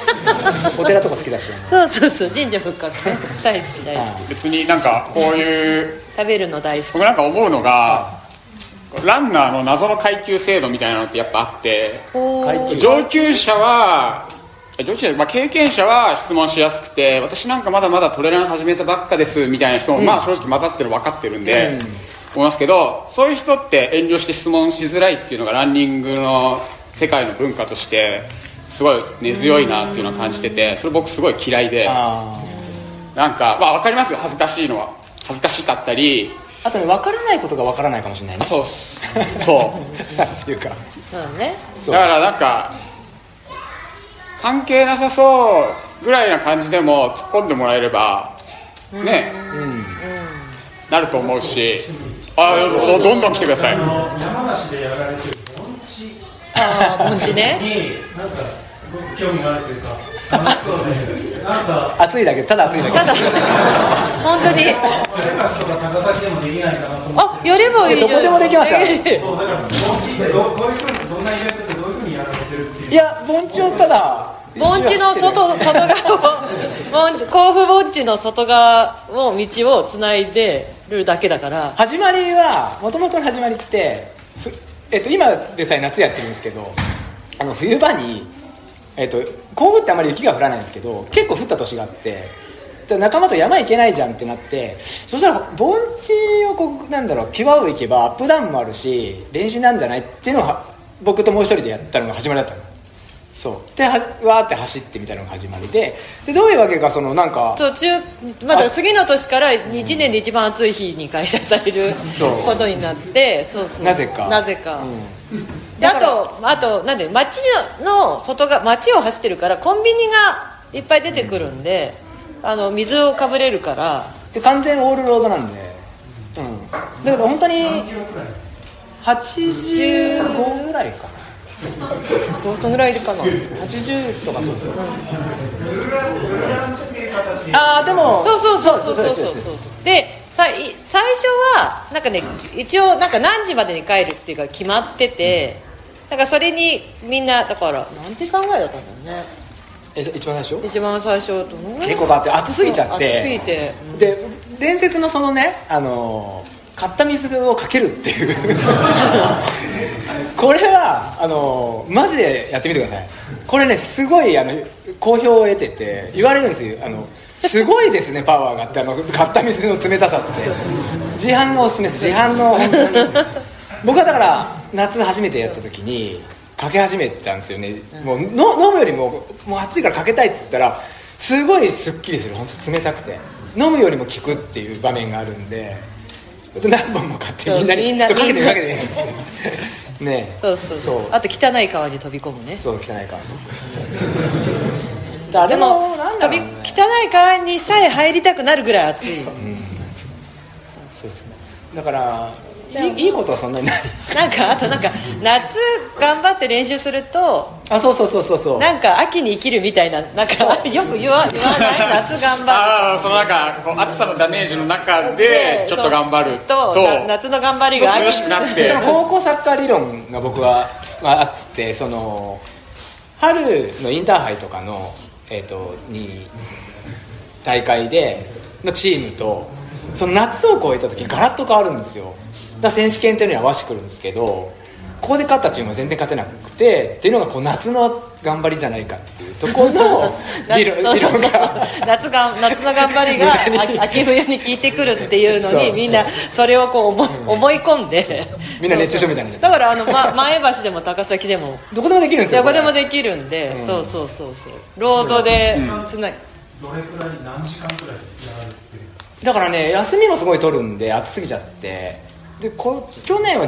お寺とか好きだし、 そうそうそう、神社仏閣ね、大好き大好き。 別になんかこういう食べるの大好き。 僕なんか思うのが、ランナーの謎の階級制度みたいなのってやっぱあって、上級者は経験者は質問しやすくて、私なんかまだまだトレラン始めたばっかですみたいな人も、まあ正直混ざってる分かってるんで、思いますけど、そういう人って遠慮して質問しづらいっていうのがランニングの世界の文化としてすごい根強いなっていうのを感じてて、それ僕すごい嫌いで、なんかまあ分かりますよ、恥ずかしいのは恥ずかしかったり、 あとね、分からないことが分からないかもしれないね。 そうっていうか、 そうね、 だからなんか関係なさそうぐらいな感じでも突っ込んでもらえればね、なると思うし、どんどん来てください。 山梨でやられてる盆地、 盆地ねになんかすごく興味があるというか、楽しそうで、なんか暑いだけ、ただ暑いだけ、 ただ本当に前橋とか高崎でもできないかなと思って。 やればいいじゃん。 どこでもできますよ。 そうだから盆地ってどういうふうに、どんなイベントってどういうふうにやられてるっていう。 いや、盆地をただ盆地の外側を甲府盆地の外側を道をつないでるだけだから。 始まりは、もともとの始まりって今でさえ夏やってるんですけど、冬場に、甲府ってあまり雪が降らないんですけど、結構降った年があって、仲間と山行けないじゃんってなって、そしたら盆地を際を行けばアップダウンもあるし練習なんじゃないっていうのが僕ともう一人でやったのが始まりだったの。そうでわーって走ってみたいなのが始まりで、どういうわけかなんかまだ次の年から1年で一番暑い日に開催されることになって、 なぜか、 であとなんで街の外側、街を走ってるからコンビニがいっぱい出てくるんで、水をかぶれるからで完全オールロードなんで、だから本当に85ぐらいかな、 そのぐらいかな、 80とかそうですよ、でもそうで最初はなんかね、一応なんか何時までに帰るっていうか決まってて、だからそれにみんなだから何時間ぐらいだったんだよね。 一番最初結構だって暑すぎちゃって、 暑すぎて、 で伝説のそのね、買った水をかけるっていうこれはマジでやってみてください。これね、すごい好評を得てて言われるんですよ。すごいですね、パワーがあって、買った水の冷たさって自販のおすすめです。自販の本当に僕はだから夏初めてやった時にかけ始めたんですよね。もう飲むよりもう暑いからかけたいって言ったらすごいすっきりする、本当冷たくて飲むよりも効くっていう場面があるんで、何本も買ってみんなにかけてみるね。 そうあと汚い川に飛び込むね。 そう、汚い川あれも汚い川にさえ入りたくなるぐらい暑い、 そうですね。だからいいことはそんなにない。 あと夏頑張って練習すると、 そうなんか秋に生きるみたいな、よく言わない夏頑張るそのこう暑さのダメージの中でちょっと頑張ると夏の頑張りが涼しくなって、 高校サッカー理論が僕はあって、春のインターハイとかの大会でのチームとその夏を超えた時にガラッと変わるんですよ。だ選手権というのに合わせてくるんですけど、ここで勝ったチームは全然勝てなくてっていうのが夏の頑張りじゃないかっていうところの理論が夏の頑張りが秋冬に効いてくるっていうのに、みんなそれを思い込んでみんな熱中症みたいな。 だから前橋でも高崎でもどこでもできるんですよ。 どこでもできるんで、そうロードでつない、 どれくらい何時間くらいやられてる？ だからね、休みもすごい取るんで暑すぎちゃって、で去年は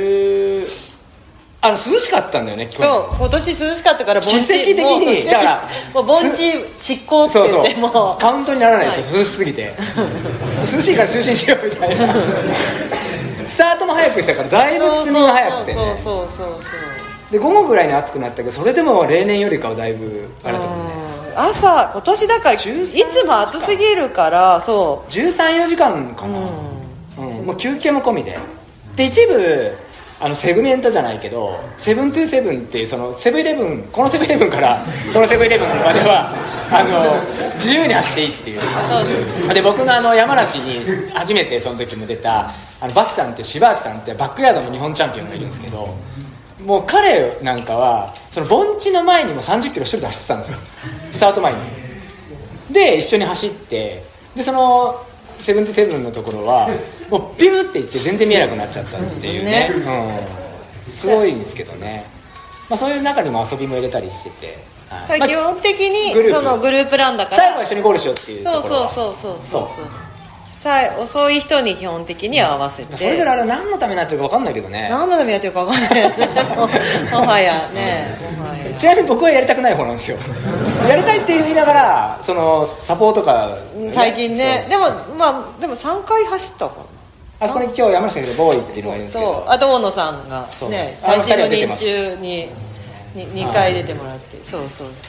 涼しかったんだよね。 そう今年涼しかったから奇跡的にだからもう盆地執行って言ってもカウントにならないと涼しすぎて、涼しいから就寝しようみたいなスタートも早くしたからだいぶ進みが早くてね。で午後ぐらいに暑くなったけど、それでも例年よりかはだいぶあれだもんね。 朝今年だからいつも暑すぎるから、そう 13,4 時間かな、もう休憩も込みで一部セグメントじゃないけどセブントゥーセブンっていうそのセブンイレブンこのセブンイレブンからこのセブンイレブンまでは自由に走っていいっていうで僕の山梨に初めてその時も出たバキさんって柴明さんってバックヤードの日本チャンピオンがいるんですけどもう彼なんかはその盆地の前にも30キロ一人で走ってたんですよスタート前にで一緒に走ってでそのセブンティセブンのところはもうビューっていって全然見えなくなっちゃったっていうね、すごいんですけどね、そういう中にも遊びも入れたりしてて、 基本的にそのグループランだから最後は一緒にゴールしようっていうところはそう遅い人に基本的に合わせてそれぞれ何のためになってるか分かんないけどね何のためにやってるか分かんないもはやねちなみに僕はやりたくない方なんですよやりたいって言いながらそのサポートか、 最近ねでも3回走ったかなあそこに今日山下でボーイっていうのがいるんですけどあと大野さんがね体重4人中に2回出てもらってそう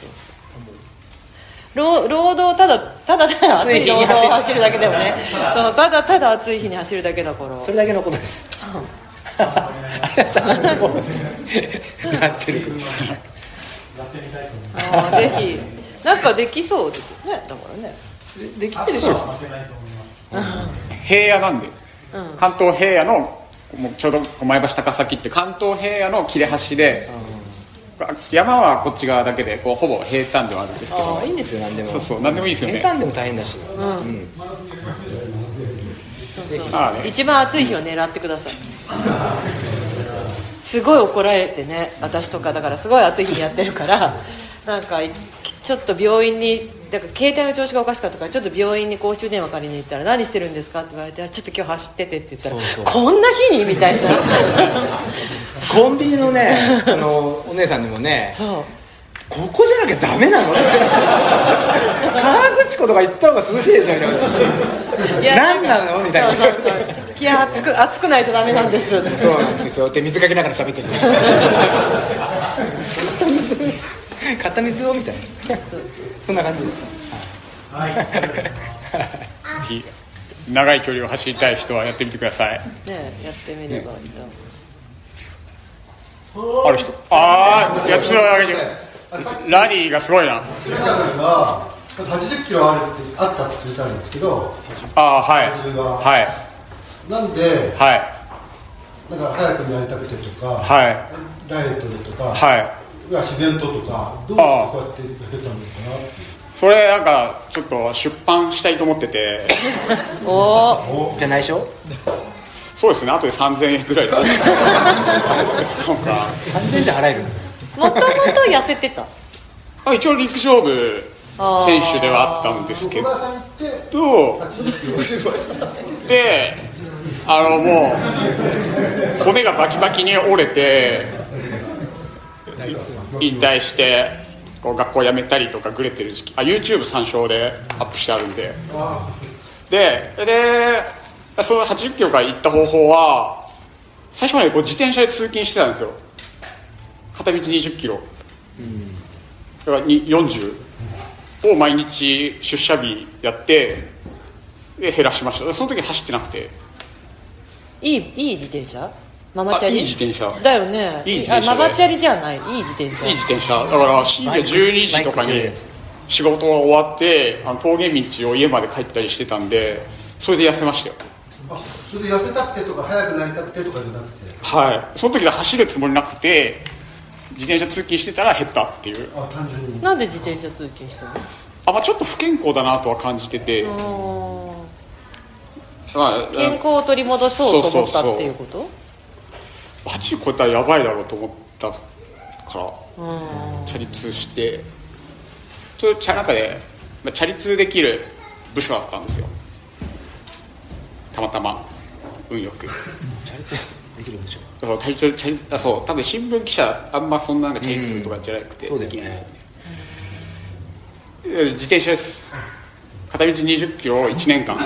労働ただ暑い日に走るだけでもねただ暑い日に走るだけだからそれだけのことですあやさんなってるぜひなんかできそうですよねだからねできるでしょ平野なんで、関東平野のもうちょうど前橋高崎って関東平野の切れ端で、山はこっち側だけでこうほぼ平坦ではあるんですけどいいんですよ何でもそう何でもいいですよね平坦でも大変だし、 一番暑い日を狙ってくださいすごい怒られてね私とかだからすごい暑い日にやってるからなんかちょっと病院にだから携帯の調子がおかしかったからちょっと病院に公衆電話借りに行ったら何してるんですかって言われてちょっと今日走っててって言ったらこんな日にみたいなコンビニのねお姉さんにもねここじゃなきゃダメなの河口湖とか行った方が涼しいでしょみたいな何なのみたいないや暑くないとダメなんですそうなんですよって水かけながら喋ってる買った水をみたいなそんな感じです、 長い距離を走りたい人はやってみてくださいねやってみればいいとある人やつらラリーがすごいな 80キロあったって言ったんですけどはいなんでなんか早くなりたくてとかダイエットでとか自然ととかどうしてこうやってやってたのかなっていうそれなんかちょっと出版したいと思っててじゃないしょそうですね後で3000円ぐらいなんか 3000円じゃ払えるもともと痩せてた一応陸上部選手ではあったんですけどでもう骨がバキバキに折れて引退してこう学校辞めたりとかグレてる時期YouTube 参照でアップしてあるんでその80キロから行った方法は最初までこう自転車で通勤してたんですよ片道20キロ、だから40を毎日出社日やってで減らしましたその時走ってなくていい自転車ママチャリいい自転車だよねママチャリじゃないいい自転車だから深夜12時とかに仕事が終わって峠道を家まで帰ったりしてたんでそれで痩せましたよそれで痩せたくてとか速くなりたくてとかじゃなくてその時で走るつもりなくて自転車通勤してたら減ったっていう単純になんで自転車通勤したのちょっと不健康だなとは感じてて健康を取り戻そうと思ったっていうこと 80超えたらやばいだろうと思ったからチャリ通して中でチャリ通できる部署だったんですよたまたま運よくチャリ通できる部署そう多分新聞記者あんまそんなチャリ通とかじゃなくてできないですよね自転車です片道20キロ1年間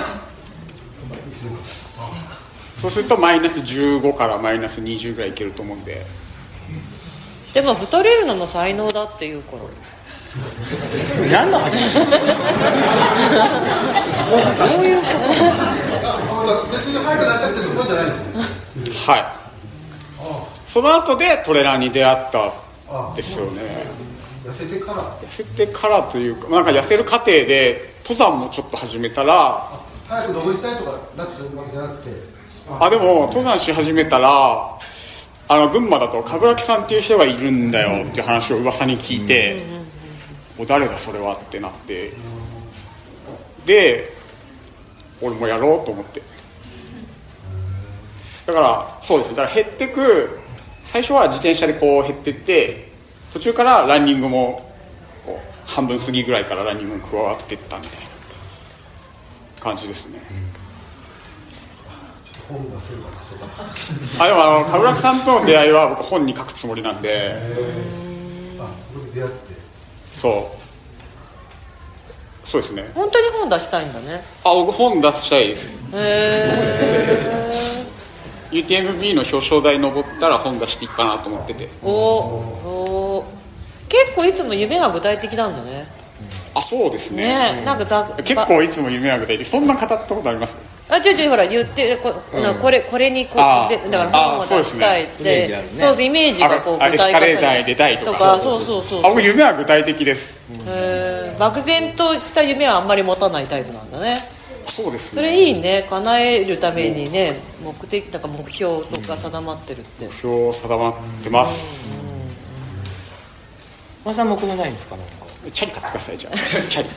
そうするとマイナス15からマイナス20ぐらいいけると思うんででも太れるのも才能だっていうから何の話どういうこと別に早くなりたくてもそうじゃないですねその後でトレランに出会ったんですよね。 痩せてからというか、なんか痩せる過程で登山もちょっと始めたら、 早く登りたいとかなってるわけじゃなくて、 でも登山し始めたら、群馬だと冠城さんっていう人がいるんだよっていう話を噂に聞いて、誰だそれはってなって、で俺もやろうと思って、だからそうですね、だから減ってく、最初は自転車でこう減ってって、途中からランニングもこう半分過ぎぐらいからランニングも加わっていったみたいな感じですね。 本出せるかなとかでも冠城さんとの出会いは僕本に書くつもりなんで、 ここで出会って、 そうですね。 本当に本出したいんだね。 僕本出したいです。UTMB の表彰台登ったら本出していいかなと思ってて。 結構いつも夢が具体的なんだね。 そうですね。 なんか結構いつも夢は具体的。そんな語ったことあります？ ほら言ってこれにこうで、だから本を出したいって、イメージがこう具体化される。 エスカレーターに出たいとか。僕夢は具体的です。 漠然とした夢はあんまり持たないタイプなんだね。 そうですね。それいいね。叶えるためにね、目的とか目標とか定まってるって。 目標定まってます。 まさん目標ないんですかね。 チャリ買ってください。じゃあチャリ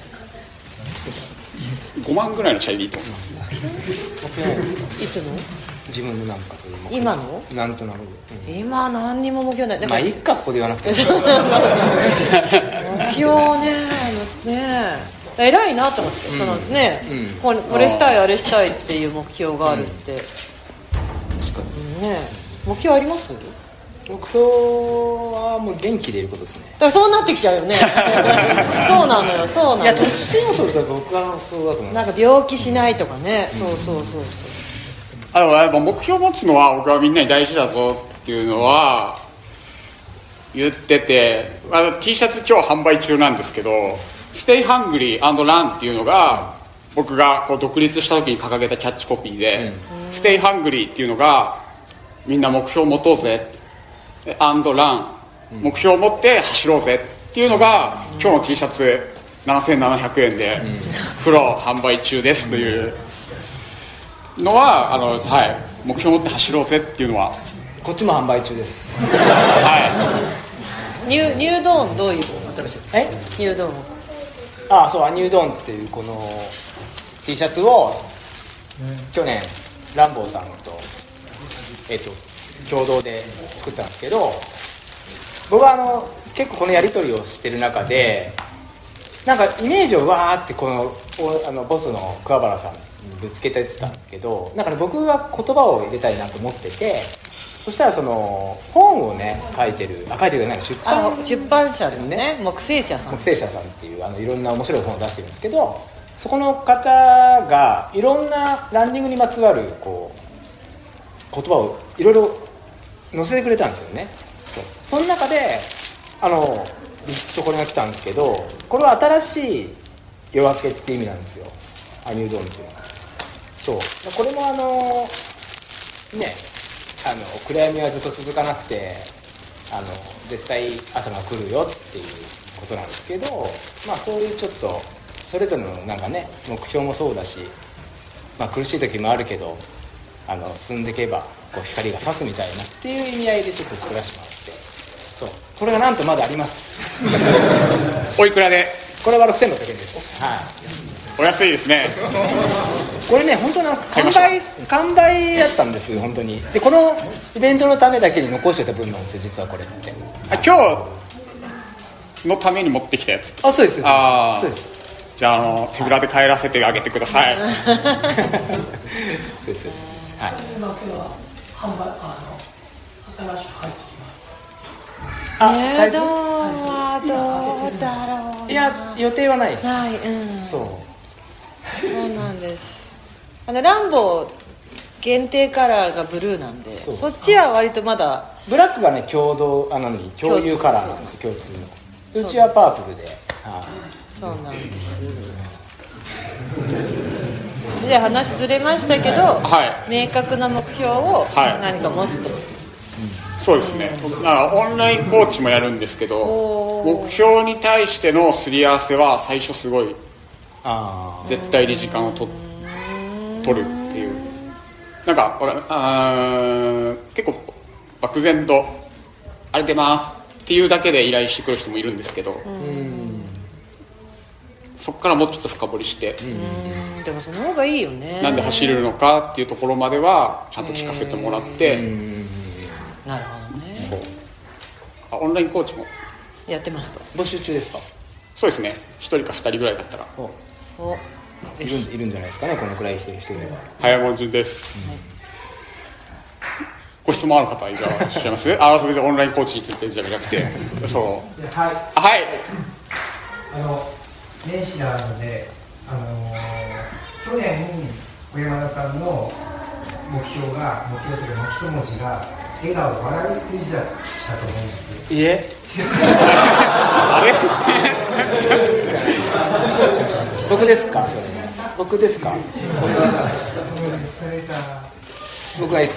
5万ぐらいのチャリでいいと思います。 いつの？ 自分のなんかそういう目標。 今の？ なんとなく。 今何にも目標ない。 まあいっか、ここで言わなくても。 目標ね、偉いなと思って、そのね、これしたいあれしたいっていう目標があるって、 確かにね。目標あります？ 目標はもう元気でいることですね。 だからそうなってきちゃうよね。そうなのよ。いや、 年を取ると僕はそうだと思います。 なんか病気しないとかね。そうやっぱ目標を持つのは僕はみんなに大事だぞっていうのは言ってて、T シャツ今日販売中なんですけど、Stay Hungry and Run っていうのが僕がこう独立した時に掲げたキャッチコピーで、Stay Hungry っていうのがみんな目標を持とうぜ、and Run、目標を持って走ろうぜっていうのが、今日の T シャツ7700円で黒販売中ですというのは目標を持って走ろうぜっていうのはこっちも販売中です。 ニュードーンどういう？ニュードーン。 そう、ニュードーンっていうこの T シャツを去年ランボーさんと共同で作ったんですけど、僕は結構このやり取りをしてる中で、なんかイメージをわーってこのボスの桑原さんにぶつけてたんですけど、なんか僕は言葉を入れたいなと思ってて、そしたらその本をね書いてるなんか出版社のね、木星社さんっていういろんな面白い本を出してるんですけど、そこの方がいろんなランニングにまつわるこう言葉をいろいろ載せてくれたんですよね。その中でリストこれが来たんですけど、これは新しい夜明けって意味なんですよ、ニュードーンっていうのは。これも暗闇はずっと続かなくて絶対朝が来るよっていうことなんですけど、そういうちょっとそれぞれのなんかね目標もそうだし、苦しい時もあるけど進んでいけばこう光が差すみたいなっていう意味合いでちょっと作らせてもらって、これがなんとまだありますおいくらで？ これは6600円です。 お安いですね。 これね本当完売だったんですよ本当に。でこのイベントのためだけに残しておいた分なんですよ実はこれって。 今日のために持ってきたやつ？ そうです。そうです。 じゃあ手ぶらで帰らせてあげてください。 そうです。 はい。販売新しく入ってきます。 サイズ？ どうだろう。 いや予定はないです。 ない。そうなんです。ランボー限定カラーがブルーなんで、そっちは割とまだブラックがね共有カラーなんですよ、共通の。うちはパープルで。 そうなんです。じゃあ話ずれましたけど、明確な目標を何か持つと。 そうですね、オンラインコーチもやるんですけど、目標に対してのすり合わせは最初すごい絶対に時間を取るっていう、なんか結構漠然とあれ出ますっていうだけで依頼してくる人もいるんですけど、そこからもうちょっと深掘りして、 でもその方がいいよね。 なんで走れるのかっていうところまではちゃんと聞かせてもらって、 なるほどね。 そうオンラインコーチもやってますと。 募集中ですか？ そうですね、1人か2人ぐらいだったらいるんじゃないですかね、このくらい人いれば。 早もん順です、ご質問ある方いらっしゃいます？別にオンラインコーチって言ってるんじゃなくてそうはい、 年始なので、去年小山田さんの目標というか一文字が笑顔笑うっていう字だったと思うんです。 いえあれ僕ですか？僕ですか？僕が言った。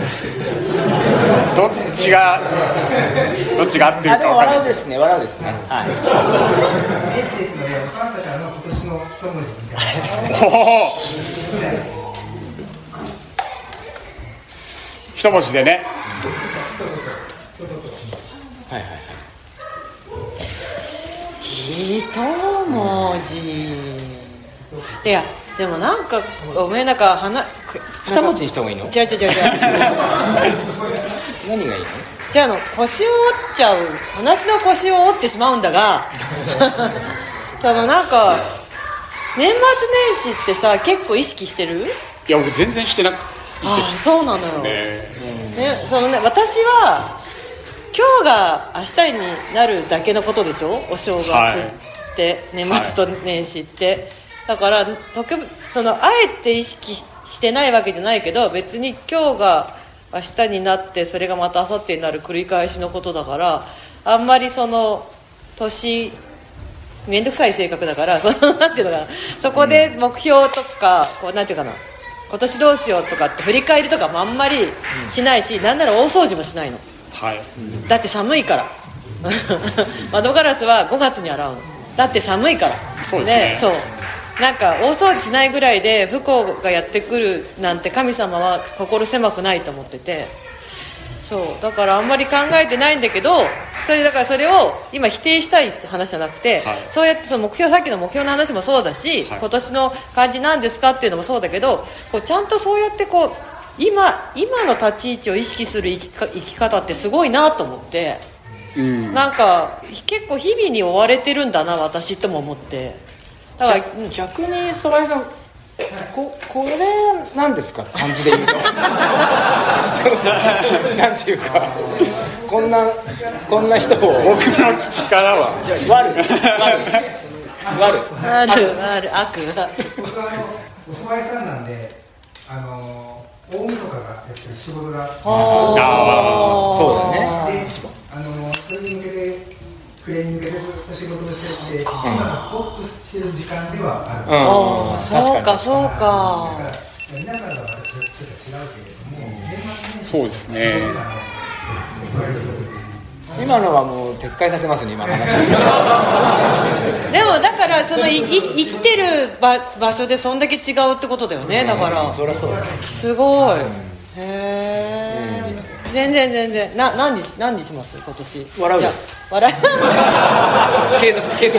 どっちが合ってるか分からない。 でも笑うですね、笑うですね。はい。 年始ですので、お三方の今年の一文字みたいな。 一文字でね。 はいはいはい。 一文字。いやでもなんかごめん、なんか二文字にした方がいいの？ 違う何がいいの？ じゃあ腰を折っちゃう、話の腰を折ってしまうんだがなんか年末年始ってさ結構意識してる？ いや僕全然してなくて。 そうなのよ、私は今日が明日になるだけのことでしょ、お正月って、年末と年始って、だからあえて意識してないわけじゃないけど、別に今日が明日になってそれがまた明後日になる繰り返しのことだから、あんまり年めんどくさい性格だからなんていうのかな、そこで目標とかなんていうかな、今年どうしようとかって振り返りとかもあんまりしないし、なんなら大掃除もしないの、だって寒いから窓ガラスは5月に洗うの、だって寒いから。 そうですね。 そうなんか大掃除しないぐらいで不幸がやってくるなんて神様は心狭くないと思ってて、そうだからあんまり考えてないんだけど、だからそれを今否定したいって話じゃなくて、そうやってさっきの目標の話もそうだし、今年の感じなんですかっていうのもそうだけど、ちゃんとそうやって今の立ち位置を意識する生き方ってすごいなと思って、なんか結構日々に追われてるんだな私とも思って、だから逆にソライさんこれなんですか、漢字で言うとなんていうか、こんな人を僕の口からは悪僕はお蕎麦屋さんなんで、大晦日がやっぱり仕事がそうだね。 でそれに向けて暮れに向けてずっと仕事をしてて、今ホッとしてる時間ではある。 そうかだから皆さんはちょっと違うけれども、年末年始そうですね。 今のはもう撤回させますね、今の話でもだから生きてる場所でそんだけ違うってことだよね。だからそりゃそうだ、 すごい。へえ。全然何にします今年？ 笑うです。 笑う継続です。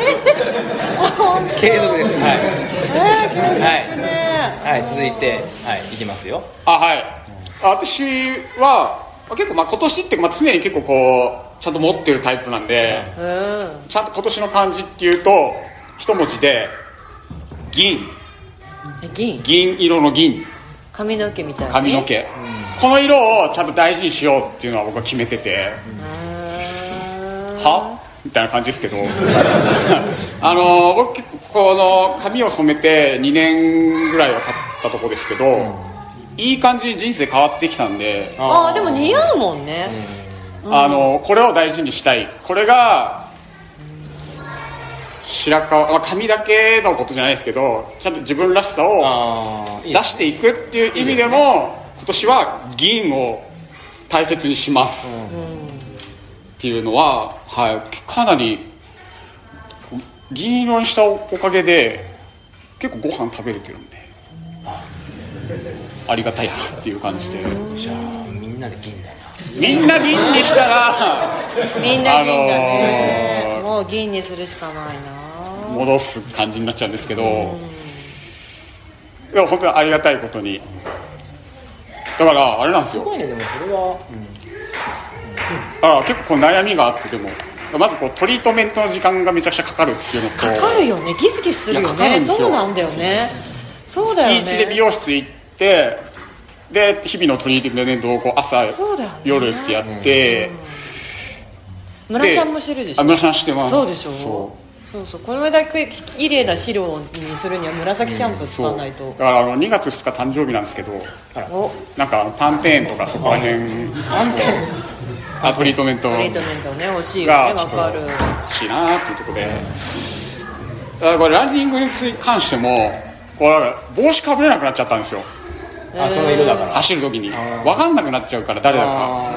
はい、続いていきますよ。 私は結構今年って常に結構ちゃんと持ってるタイプなんで、ちゃんと今年の漢字っていうと一文字で銀色の銀、 髪の毛みたいな、 髪の毛、この色をちゃんと大事にしようっていうのは僕は決めてて、みたいな感じですけど僕結構この髪を染めて2年ぐらいは経ったとこですけど、いい感じに人生変わってきたんで、 でも似合うもんね。 これを大事にしたい、これが白髪、髪だけのことじゃないですけど、ちゃんと自分らしさを出していくっていう意味でも今年は銀を大切にします、っていうのは、はい、かなり銀色にしたおかげで結構ご飯食べれてるんでありがたいなっていう感じで。 じゃあみんなで銀だよな。 みんな銀にしたらみんな銀だね、もう銀にするしかないな。 戻す感じになっちゃうんですけど、でも本当にありがたいことに、だからあれなんですよ。 すごいね。でもそれは、 結構こう悩みがあって、でもまずこうトリートメントの時間がめちゃくちゃかかるっていうのと、 かかるよね、ギスギスするよね。そうなんだよね、そうだよね。 月1で美容室行って、で日々のトリートメントをこう朝、夜ってやって、 村さんもしてるでしょ。 村さんしてます。 そうでしょ。そうこれだけ綺麗な白にするには紫シャンプー使わないと。 だから2月2日誕生日なんですけど、なんかパンテーンとかそこら辺トリートメントね欲しいよね。分かる。 欲しいなっていうところで、これランニングに関してもこう帽子かぶれなくなっちゃったんですよ。 その色だから走る時に分かんなくなっちゃうから、誰だか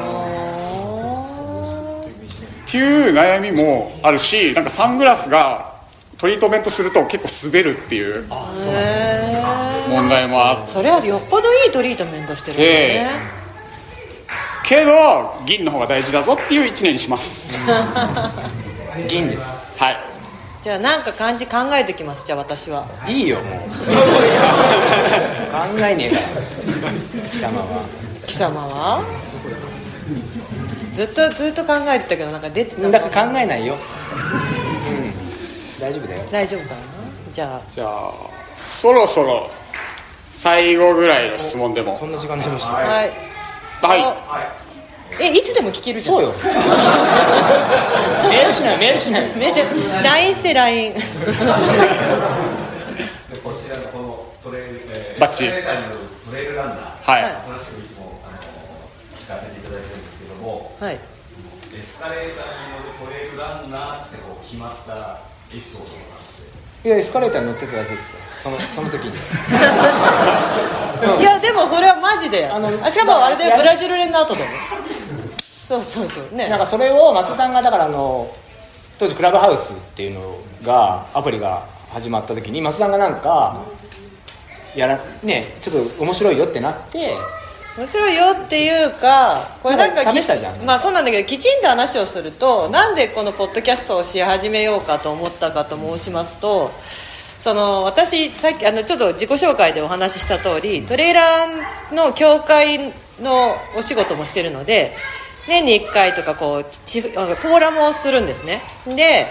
っていう悩みもあるし、なんかサングラスがトリートメントすると結構滑るっていう問題もあって、 それはよっぽどいいトリートメントしてるよね。 けど銀の方が大事だぞっていう1年にします銀です。 はい。 じゃあなんか漢字考えてきます。じゃあ私はいいよもう考えねえから貴様はずっと考えてたけどなんか出てた。 だから考えないよ。大丈夫だよ。 大丈夫かな。じゃあそろそろ最後ぐらいの質問でも。 こんな時間になりました。 はい。 いつでも聞けるじゃん。 そうよメールしない LINE して LINE こちらのこのトレイルバッチリトレイルランナー、 はい、 話をいつも聞かせていただいてるんですけども、 はい、 エスカレーターに乗るトレイルランナーってこう決まったエピソードがあって。 いやエスカレーターに乗ってただけですよ、その時にいやでもこれはマジでしかもあれでブラジル連の後だもんそうね。 なんかそれを松さんがだから当時クラブハウスっていうのがアプリが始まった時に松さんがなんかちょっと面白いよってなって、 面白いよっていうか、これなんか試したじゃん。 まあそうなんだけど、きちんと話をすると、なんでこのポッドキャストをし始めようかと思ったかと申しますと、私さっきちょっと自己紹介でお話しした通り、トレーラーの協会のお仕事もしてるので、年に1回とかこうフォーラムをするんですね。で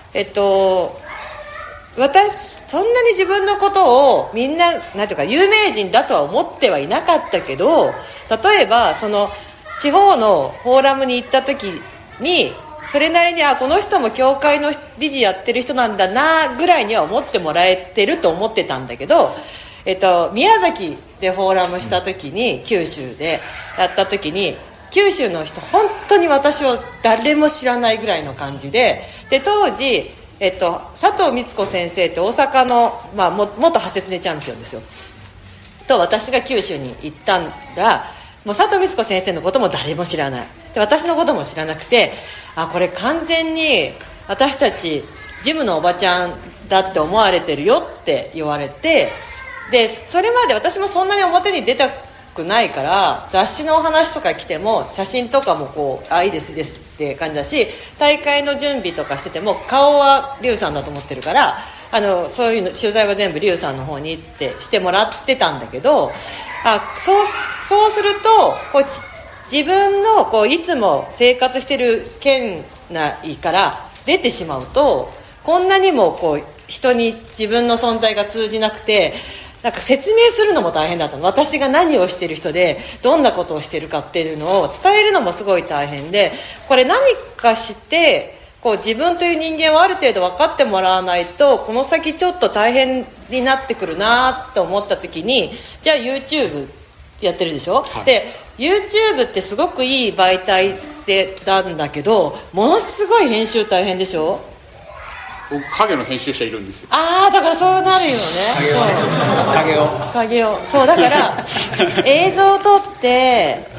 私そんなに自分のことをみんななんていうか有名人だとは思ってはいなかったけど、例えば地方のフォーラムに行った時にそれなりにこの人も協会の理事やってる人なんだなぐらいには思ってもらえてると思ってたんだけど、宮崎でフォーラムした時に九州でやった時に九州の人本当に私を誰も知らないぐらいの感じで当時佐藤光子先生って大阪の、元派切ねチャンピオンですよと私が九州に行ったら、もう佐藤光子先生のことも誰も知らないで、私のことも知らなくて、これ完全に私たちジムのおばちゃんだって思われてるよって言われて、でそれまで私もそんなに表に出たくないから雑誌のお話とか来ても写真とかもいいですいいですって感じだし、大会の準備とかしてても顔はリュウさんだと思ってるからそういうの取材は全部リュウさんの方に行ってしてもらってたんだけど、そうすると自分のいつも生活してる県内から出てしまうとこんなにも人に自分の存在が通じなくて、なんか説明するのも大変だったの。私が何をしてる人でどんなことをしてるかっていうのを伝えるのもすごい大変で、これ何かして自分という人間をある程度分かってもらわないとこの先ちょっと大変になってくるなと思った時に、じゃあ YouTube やってるでしょ、はい、で YouTube ってすごくいい媒体なんだけどものすごい編集大変でしょ。 僕影の編集者いるんですよ。 だからそうなるよね。 影をそうだから映像を撮って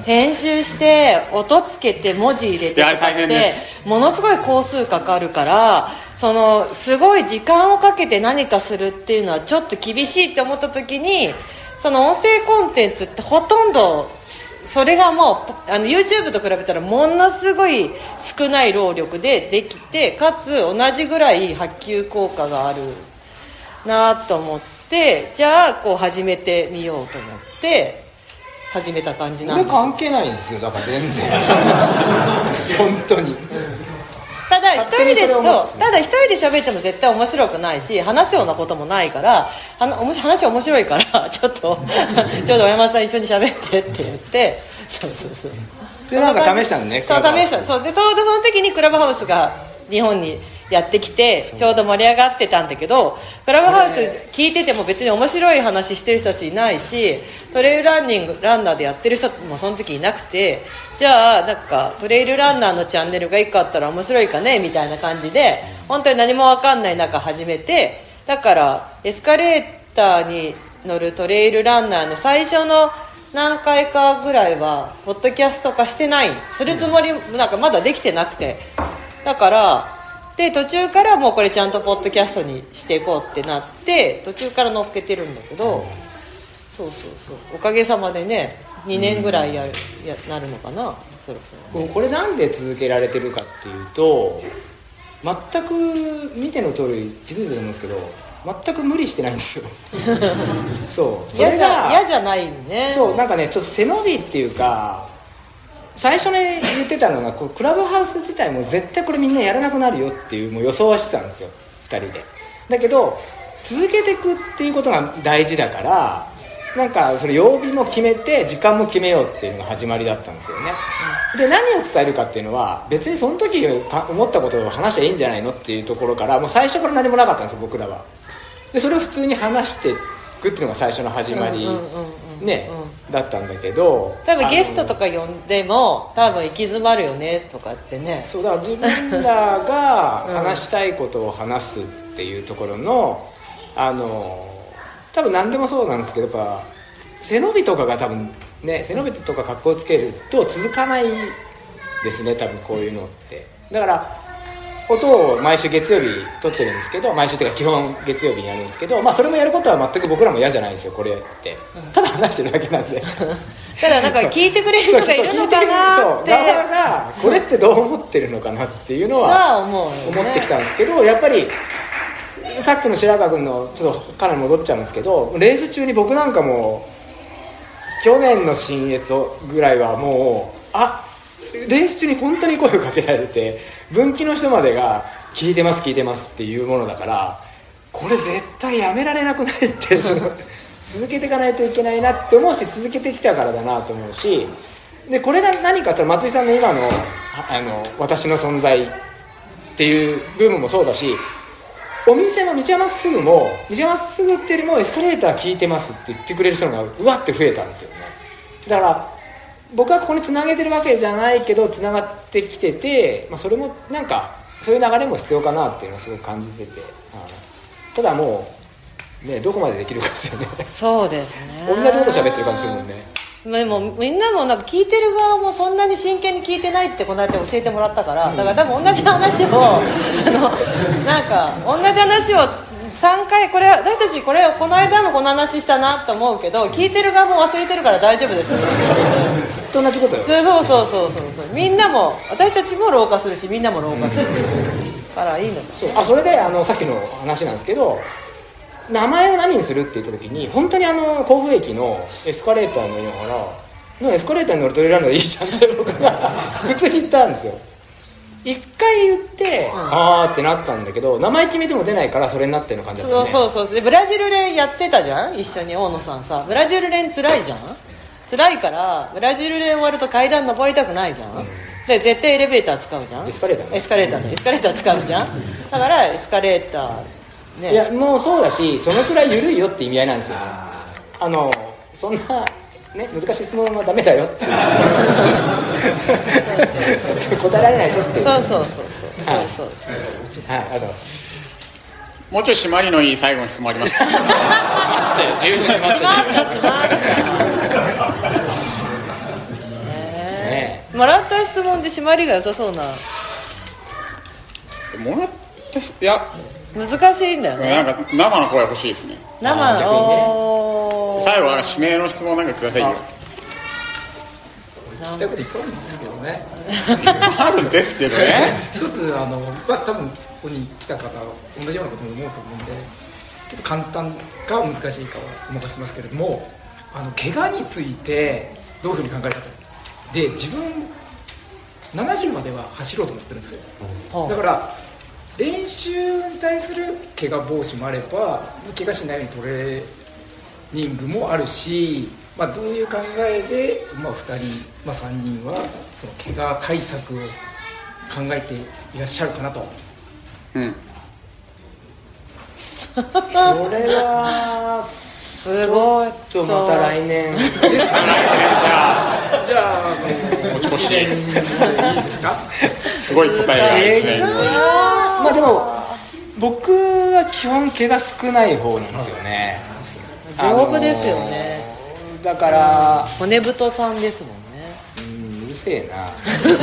編集して音つけて文字入れてとかってものすごい工数かかるから、すごい時間をかけて何かするっていうのはちょっと厳しいって思った時に、その音声コンテンツってほとんどそれがもうYouTube と比べたらものすごい少ない労力でできて、かつ同じぐらい波及効果があるなと思って、じゃあこう始めてみようと思って始めた感じなんですよ。 関係ないんですよ、だから全然本当に。 ただ一人で喋っても絶対面白くないし、話すようなこともないから、話面白いからちょっと小山さん一緒に喋ってって言って、そうでなんか試したのね。 そう試した。そうでその時にクラブハウスが日本にやってきてちょうど盛り上がってたんだけど、クラブハウス聞いてても別に面白い話してる人たちいないし、トレイルランナーでやってる人もその時いなくて、じゃあなんかトレイルランナーのチャンネルが1個あったら面白いかねみたいな感じで、本当に何も分かんない中始めて、だからエスカレーターに乗るトレイルランナーの最初の何回かぐらいはポッドキャスト化してない、するつもりなんかまだできてなくて、だからで途中からもうこれちゃんとポッドキャストにしていこうってなって途中から乗っけてるんだけど、そうおかげさまでね2年ぐらいなるのかな、そろそろ。 これなんで続けられてるかっていうと、全く見ての通り気づいてると思うんですけど、全く無理してないんですよそれが嫌じゃないね。 そうなんかね、ちょっと背伸びっていうか、最初に言ってたのがクラブハウス自体も絶対これみんなやらなくなるよっていうもう予想はしてたんですよ、2人で。だけど続けていくっていうことが大事だから、なんかそれ曜日も決めて時間も決めようっていうのが始まりだったんですよね。で何を伝えるかっていうのは、別にその時思ったことを話しちゃいいんじゃないのっていうところから、もう最初から何もなかったんですよ僕らは。でそれを普通に話していくっていうのが最初の始まりねだったんだけど、 多分ゲストとか呼んでも多分行き詰まるよねとかってね。 そうだから自分らが話したいことを話すっていうところの多分何でもそうなんですけど、やっぱ背伸びとかが多分ね、背伸びとか格好つけると続かないですね、多分こういうのって。だから音を毎週月曜日撮ってるんですけど、毎週っていうか基本月曜日にやるんですけど、それもやることは全く僕らも嫌じゃないんですよ、これって。ただ話してるだけなんでただなんか聞いてくれる人がいるのかなって側がこれってどう思ってるのかなっていうのは思ってきたんですけど、やっぱりさっきの白川君のちょっとかなり戻っちゃうんですけど、レース中に僕なんかも去年の新越ぐらいはもうレース中に本当に声をかけられて、分岐の人までが聞いてますっていうものだから、これ絶対やめられなくないって続けていかないといけないなって思うし、続けてきたからだなと思うし、でこれが何かって松井さんの今の私の存在っていう部分もそうだし、お店も道はまっすぐも道はまっすぐっていうよりもエスカレーター聞いてますって言ってくれる人がうわって増えたんですよね。だから僕はここにつなげてるわけじゃないけどつながってきてて、それもなんかそういう流れも必要かなっていうのはすごく感じてて、ただもうねどこまでできるかですよね。 そうですね、 同じこと喋ってる感じするもんね。 でもみんなもなんか聞いてる側もそんなに真剣に聞いてないってこの間教えてもらったから、だから多分同じ話をなんか同じ話を3回、これ私たちこの間もこの話したなと思うけど、聞いてる側も忘れてるから大丈夫ですよずっと同じことよ。 そうみんなも私たちも老化するし、みんなも老化するからいいの。 それでさっきの話なんですけど、名前を何にするって言った時に、本当に甲府駅のエスカレーター乗りながらエスカレーターに乗るトレーラーのいいじゃんって僕が普通に言ったんですよ。一回言って、あーってなったんだけど、名前決めても出ないからそれになってる感じだったね。 そうでブラジル連やってたじゃん一緒に。大野さんさ、ブラジル連辛いじゃん。辛いからブラジル連終わると階段登りたくないじゃん、で絶対エレベーター使うじゃん。 エスカレーター使うじゃんだからエスカレーターね。 いやもうそうだし、そのくらい緩いよって意味合いなんですよね。そんなね、難しい質問はダメだよって答えられないぞっていう。 そうはい、ありがとうございます。 もうちょい締まりのいい最後の質問ありますか？ しまったもらった質問で締まりが良さそうな。 もらったいや難しいんだよね。 なんか生の声欲しいですね。 生の最後は指名の質問なんかくださいよ。 聞きたいこといっぱいあるんですけどね。 あるんですけどね。 一つ多分ここに来た方同じようなことも思うと思うんで、ちょっと簡単か難しいかはお任せしますけれども、怪我についてどういうふうに考えたかで、自分70までは走ろうと思ってるんですよ。だから練習に対する怪我防止もあれば、怪我しないようにトレーニングもあるし、どういう考えで、2人、3人はその怪我対策を考えていらっしゃるかなと。これはすごいとまた来年ですかね。じゃあ1年でいいですか。 すごい答えがでも僕は基本怪我少ない方なんですよね。 丈夫ですよね。 だから骨太さんですもんね。うるせえな。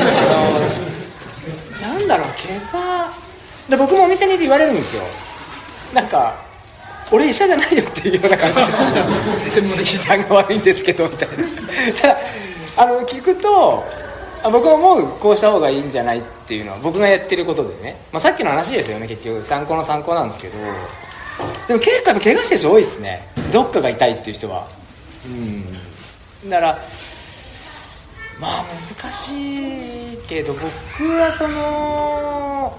なんだろう、怪我で僕もお店に言われるんですよ。なんか俺医者じゃないよっていうような感じで専門的さんが悪いんですけどみたいな。ただ聞くと僕は思うこうした方がいいんじゃないっていうのは僕がやってることでね、さっきの話ですよね。結局参考なんですけど、でも結構怪我してる人多いですね。どっかが痛いっていう人は。だから難しいけど、僕はその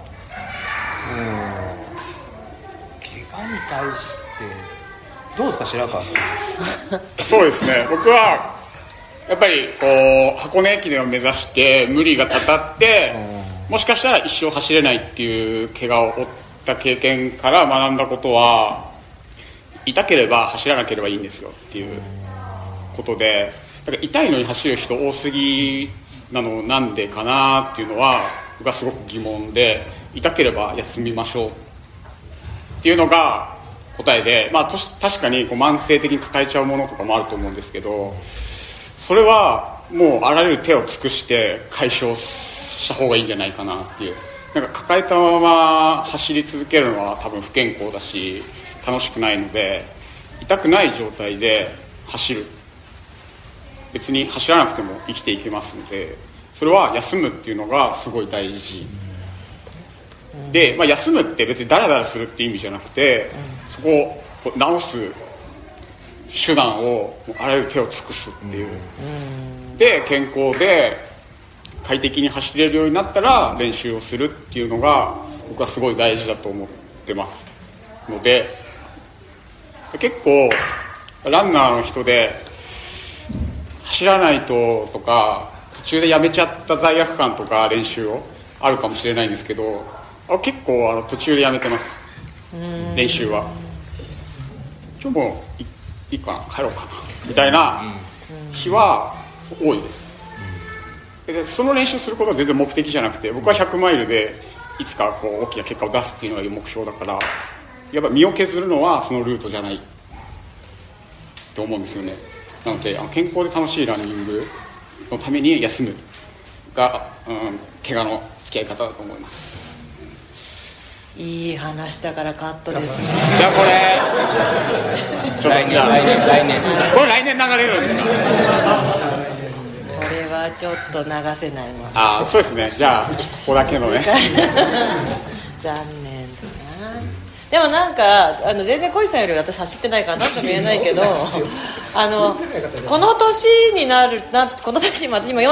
怪我に対してどうですか、白川君。 そうですね、僕はやっぱりこう箱根駅伝を目指して無理がたたって、もしかしたら一生走れないっていう怪我を負った経験から学んだことは、痛ければ走らなければいいんですよっていうことで、だから痛いのに走る人多すぎなのなんでかなっていうのは僕はすごく疑問で、痛ければ休みましょうっていうのが答えで、確かにこう慢性的に抱えちゃうものとかもあると思うんですけど、それはもうあらゆる手を尽くして解消した方がいいんじゃないかなっていう。なんか抱えたまま走り続けるのは多分不健康だし楽しくないので、痛くない状態で走る、別に走らなくても生きていけますので、それは休むっていうのがすごい大事で、休むって別にダラダラするっていう意味じゃなくて、そこを直す手段をあらゆる手を尽くすっていう、で健康で快適に走れるようになったら練習をするっていうのが僕はすごい大事だと思ってますので、結構ランナーの人で走らないととか途中でやめちゃった罪悪感とか練習をあるかもしれないんですけど、結構途中でやめてます。練習は今日もいいかな、帰ろうかなみたいな日は多いです。でその練習することは全然目的じゃなくて、僕は100マイルでいつかこう大きな結果を出すっていうのが目標だから、やっぱ身を削るのはそのルートじゃないと思うんですよね。なので健康で楽しいランニングのために休むが、怪我の付き合い方だと思います。 いい話だからカットですね。 じゃあこれちょっと来年これ来年流れるんですか。 これはちょっと流せないもん。 そうですね。じゃあここだけのね残念だな。でもなんか全然小石さんより私走ってないから何とも言えないけどこの年になるこの年、私今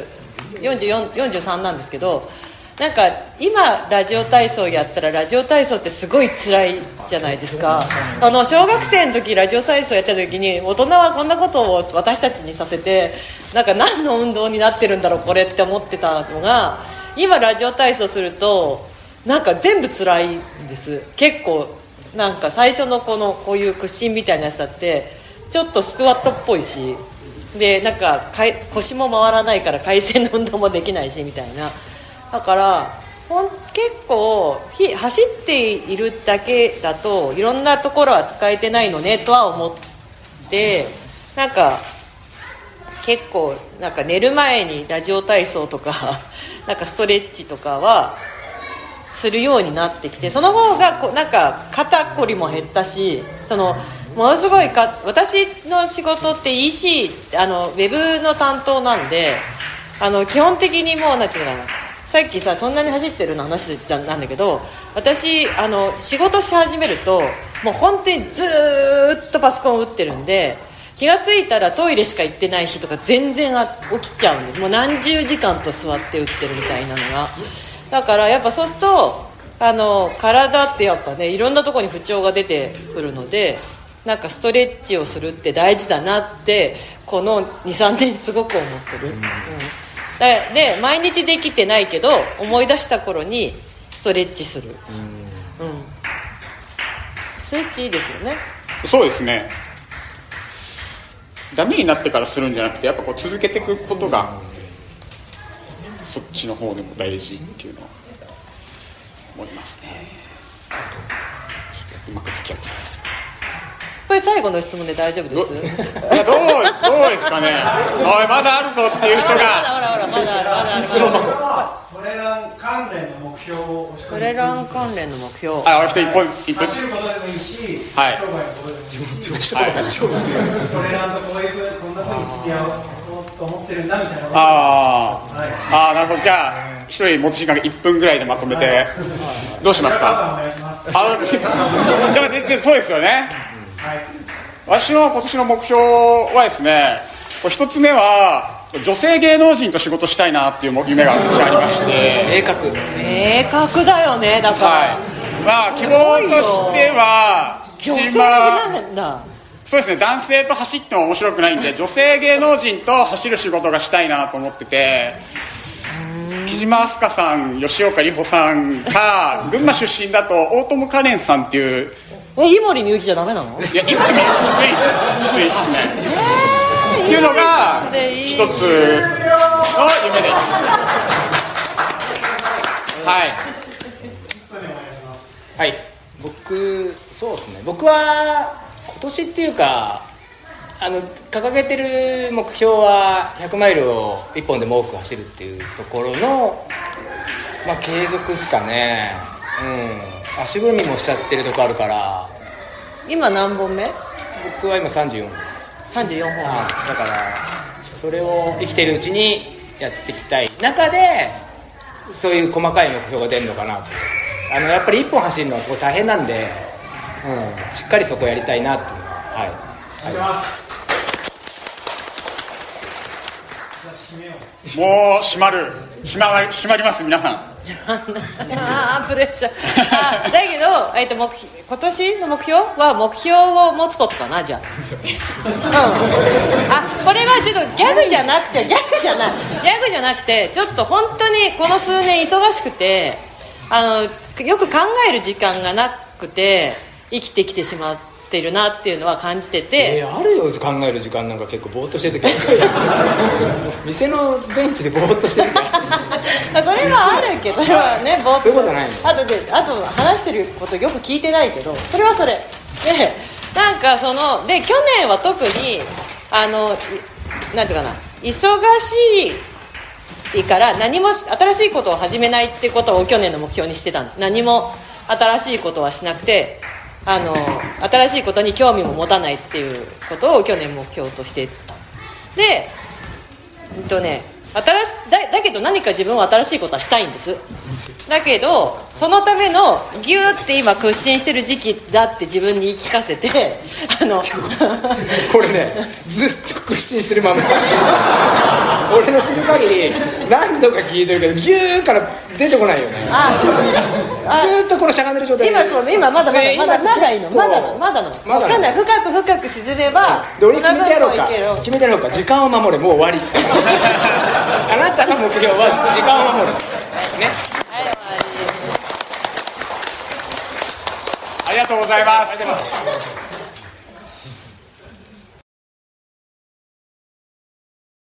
43なんですけど、なんか今ラジオ体操やったら、ラジオ体操ってすごい辛いじゃないですか。小学生の時ラジオ体操やった時に、大人はこんなことを私たちにさせて、なんか何の運動になってるんだろうこれって思ってたのが、今ラジオ体操するとなんか全部辛いんです。結構なんか最初のこういう屈伸みたいなやつだってちょっとスクワットっぽいし、でなんか腰も回らないから回旋の運動もできないしみたいな。だから結構走っているだけだといろんなところは使えてないのねとは思って、なんか結構なんか寝る前にラジオ体操とかなんかストレッチとかはするようになってきて、その方がなんか肩こりも減ったし、ものすごい私の仕事って EC ウェブの担当なんで、基本的にもうなんていうかな、さっきさそんなに走ってるの話なんだけど、私仕事し始めるともう本当にずーっとパソコンを打ってるんで、気がついたらトイレしか行ってない日とか全然起きちゃうんです。もう何十時間と座って打ってるみたいなのが。だからやっぱそうすると体ってやっぱねいろんなところに不調が出てくるので、なんかストレッチをするって大事だなってこの 2,3 年すごく思ってる、で毎日できてないけど思い出した頃にストレッチする、ストレッチいいですよね。 そうですね。ダメになってからするんじゃなくて、やっぱこう続けていくことが、そっちの方でも大事っていうのは思いますね。うまく付き合ってください。 これ最後の質問で大丈夫です？ どうですかね。おいまだあるぞっていう人が。 まだある。 トレラン関連の目標を。 トレラン関連の目標。 走ることでもいいし、商売のことでもいいし。トレランとこんな風に付き合おうと思ってるんだみたいな。 なるほど。じゃあ一人持ち時間が1分ぐらいでまとめて、どうしますか。そうですよね。私の今年の目標はですね、一つ目は女性芸能人と仕事したいなっていう夢が私ありまして。 明確だよね。だから、 希望としては女性なんだ。 そうですね、男性と走っても面白くないんで女性芸能人と走る仕事がしたいなと思ってて、木島明日香さん、吉岡里帆さんか、群馬出身だと大友花恋さんっていう。 井森美幸じゃダメなの？ いや、きついですね。っていうのが一つの夢です。 はい、そうですね。僕は今年っていうか掲げてる目標は100マイルを1本でも多く走るっていうところの、継続ですかね。足踏みもしちゃってるとこあるから。 今何本目？ 僕は今34です。 34本。 だからそれを生きてるうちにやっていきたい中で、そういう細かい目標が出るのかなと。やっぱり1本走るのはすごい大変なんで、しっかりそこやりたいなっていうのは、 もう閉まります皆さん。 プレッシャー。だけど、今年の目標は目標を持つことかな。じゃあこれはちょっとギャグじゃなくてちょっと本当にこの数年忙しくてよく考える時間がなくて生きてきてしまってるなっていうのは感じてて、 あるよ。考える時間なんか結構ぼーっとしてる時店のベンチでぼーっとしてるそれはあるけど、それはね、ぼーっとそういうことないの。 あと話してることよく聞いてないけど、それはそれで、なんかで去年は特になんていうかな、忙しいから何も新しいことを始めないってことを去年の目標にしてた。何も新しいことはしなくて、新しいことに興味も持たないっていうことを去年目標としてた。でだけど何か自分は新しいことはしたいんです。だけどそのためのギューって今屈伸してる時期だって自分に言い聞かせてこれね、ずっと屈伸してるまま俺の知る限り何度か聞いてるけどギューから出てこないよね。ずっとこのしゃがんでる状態で今まだいいの、まだの分かんない。深く沈めば俺決めてやろうか。時間を守れ、もう終わりあなたの目標は時間を守るね。 ありがとうございます。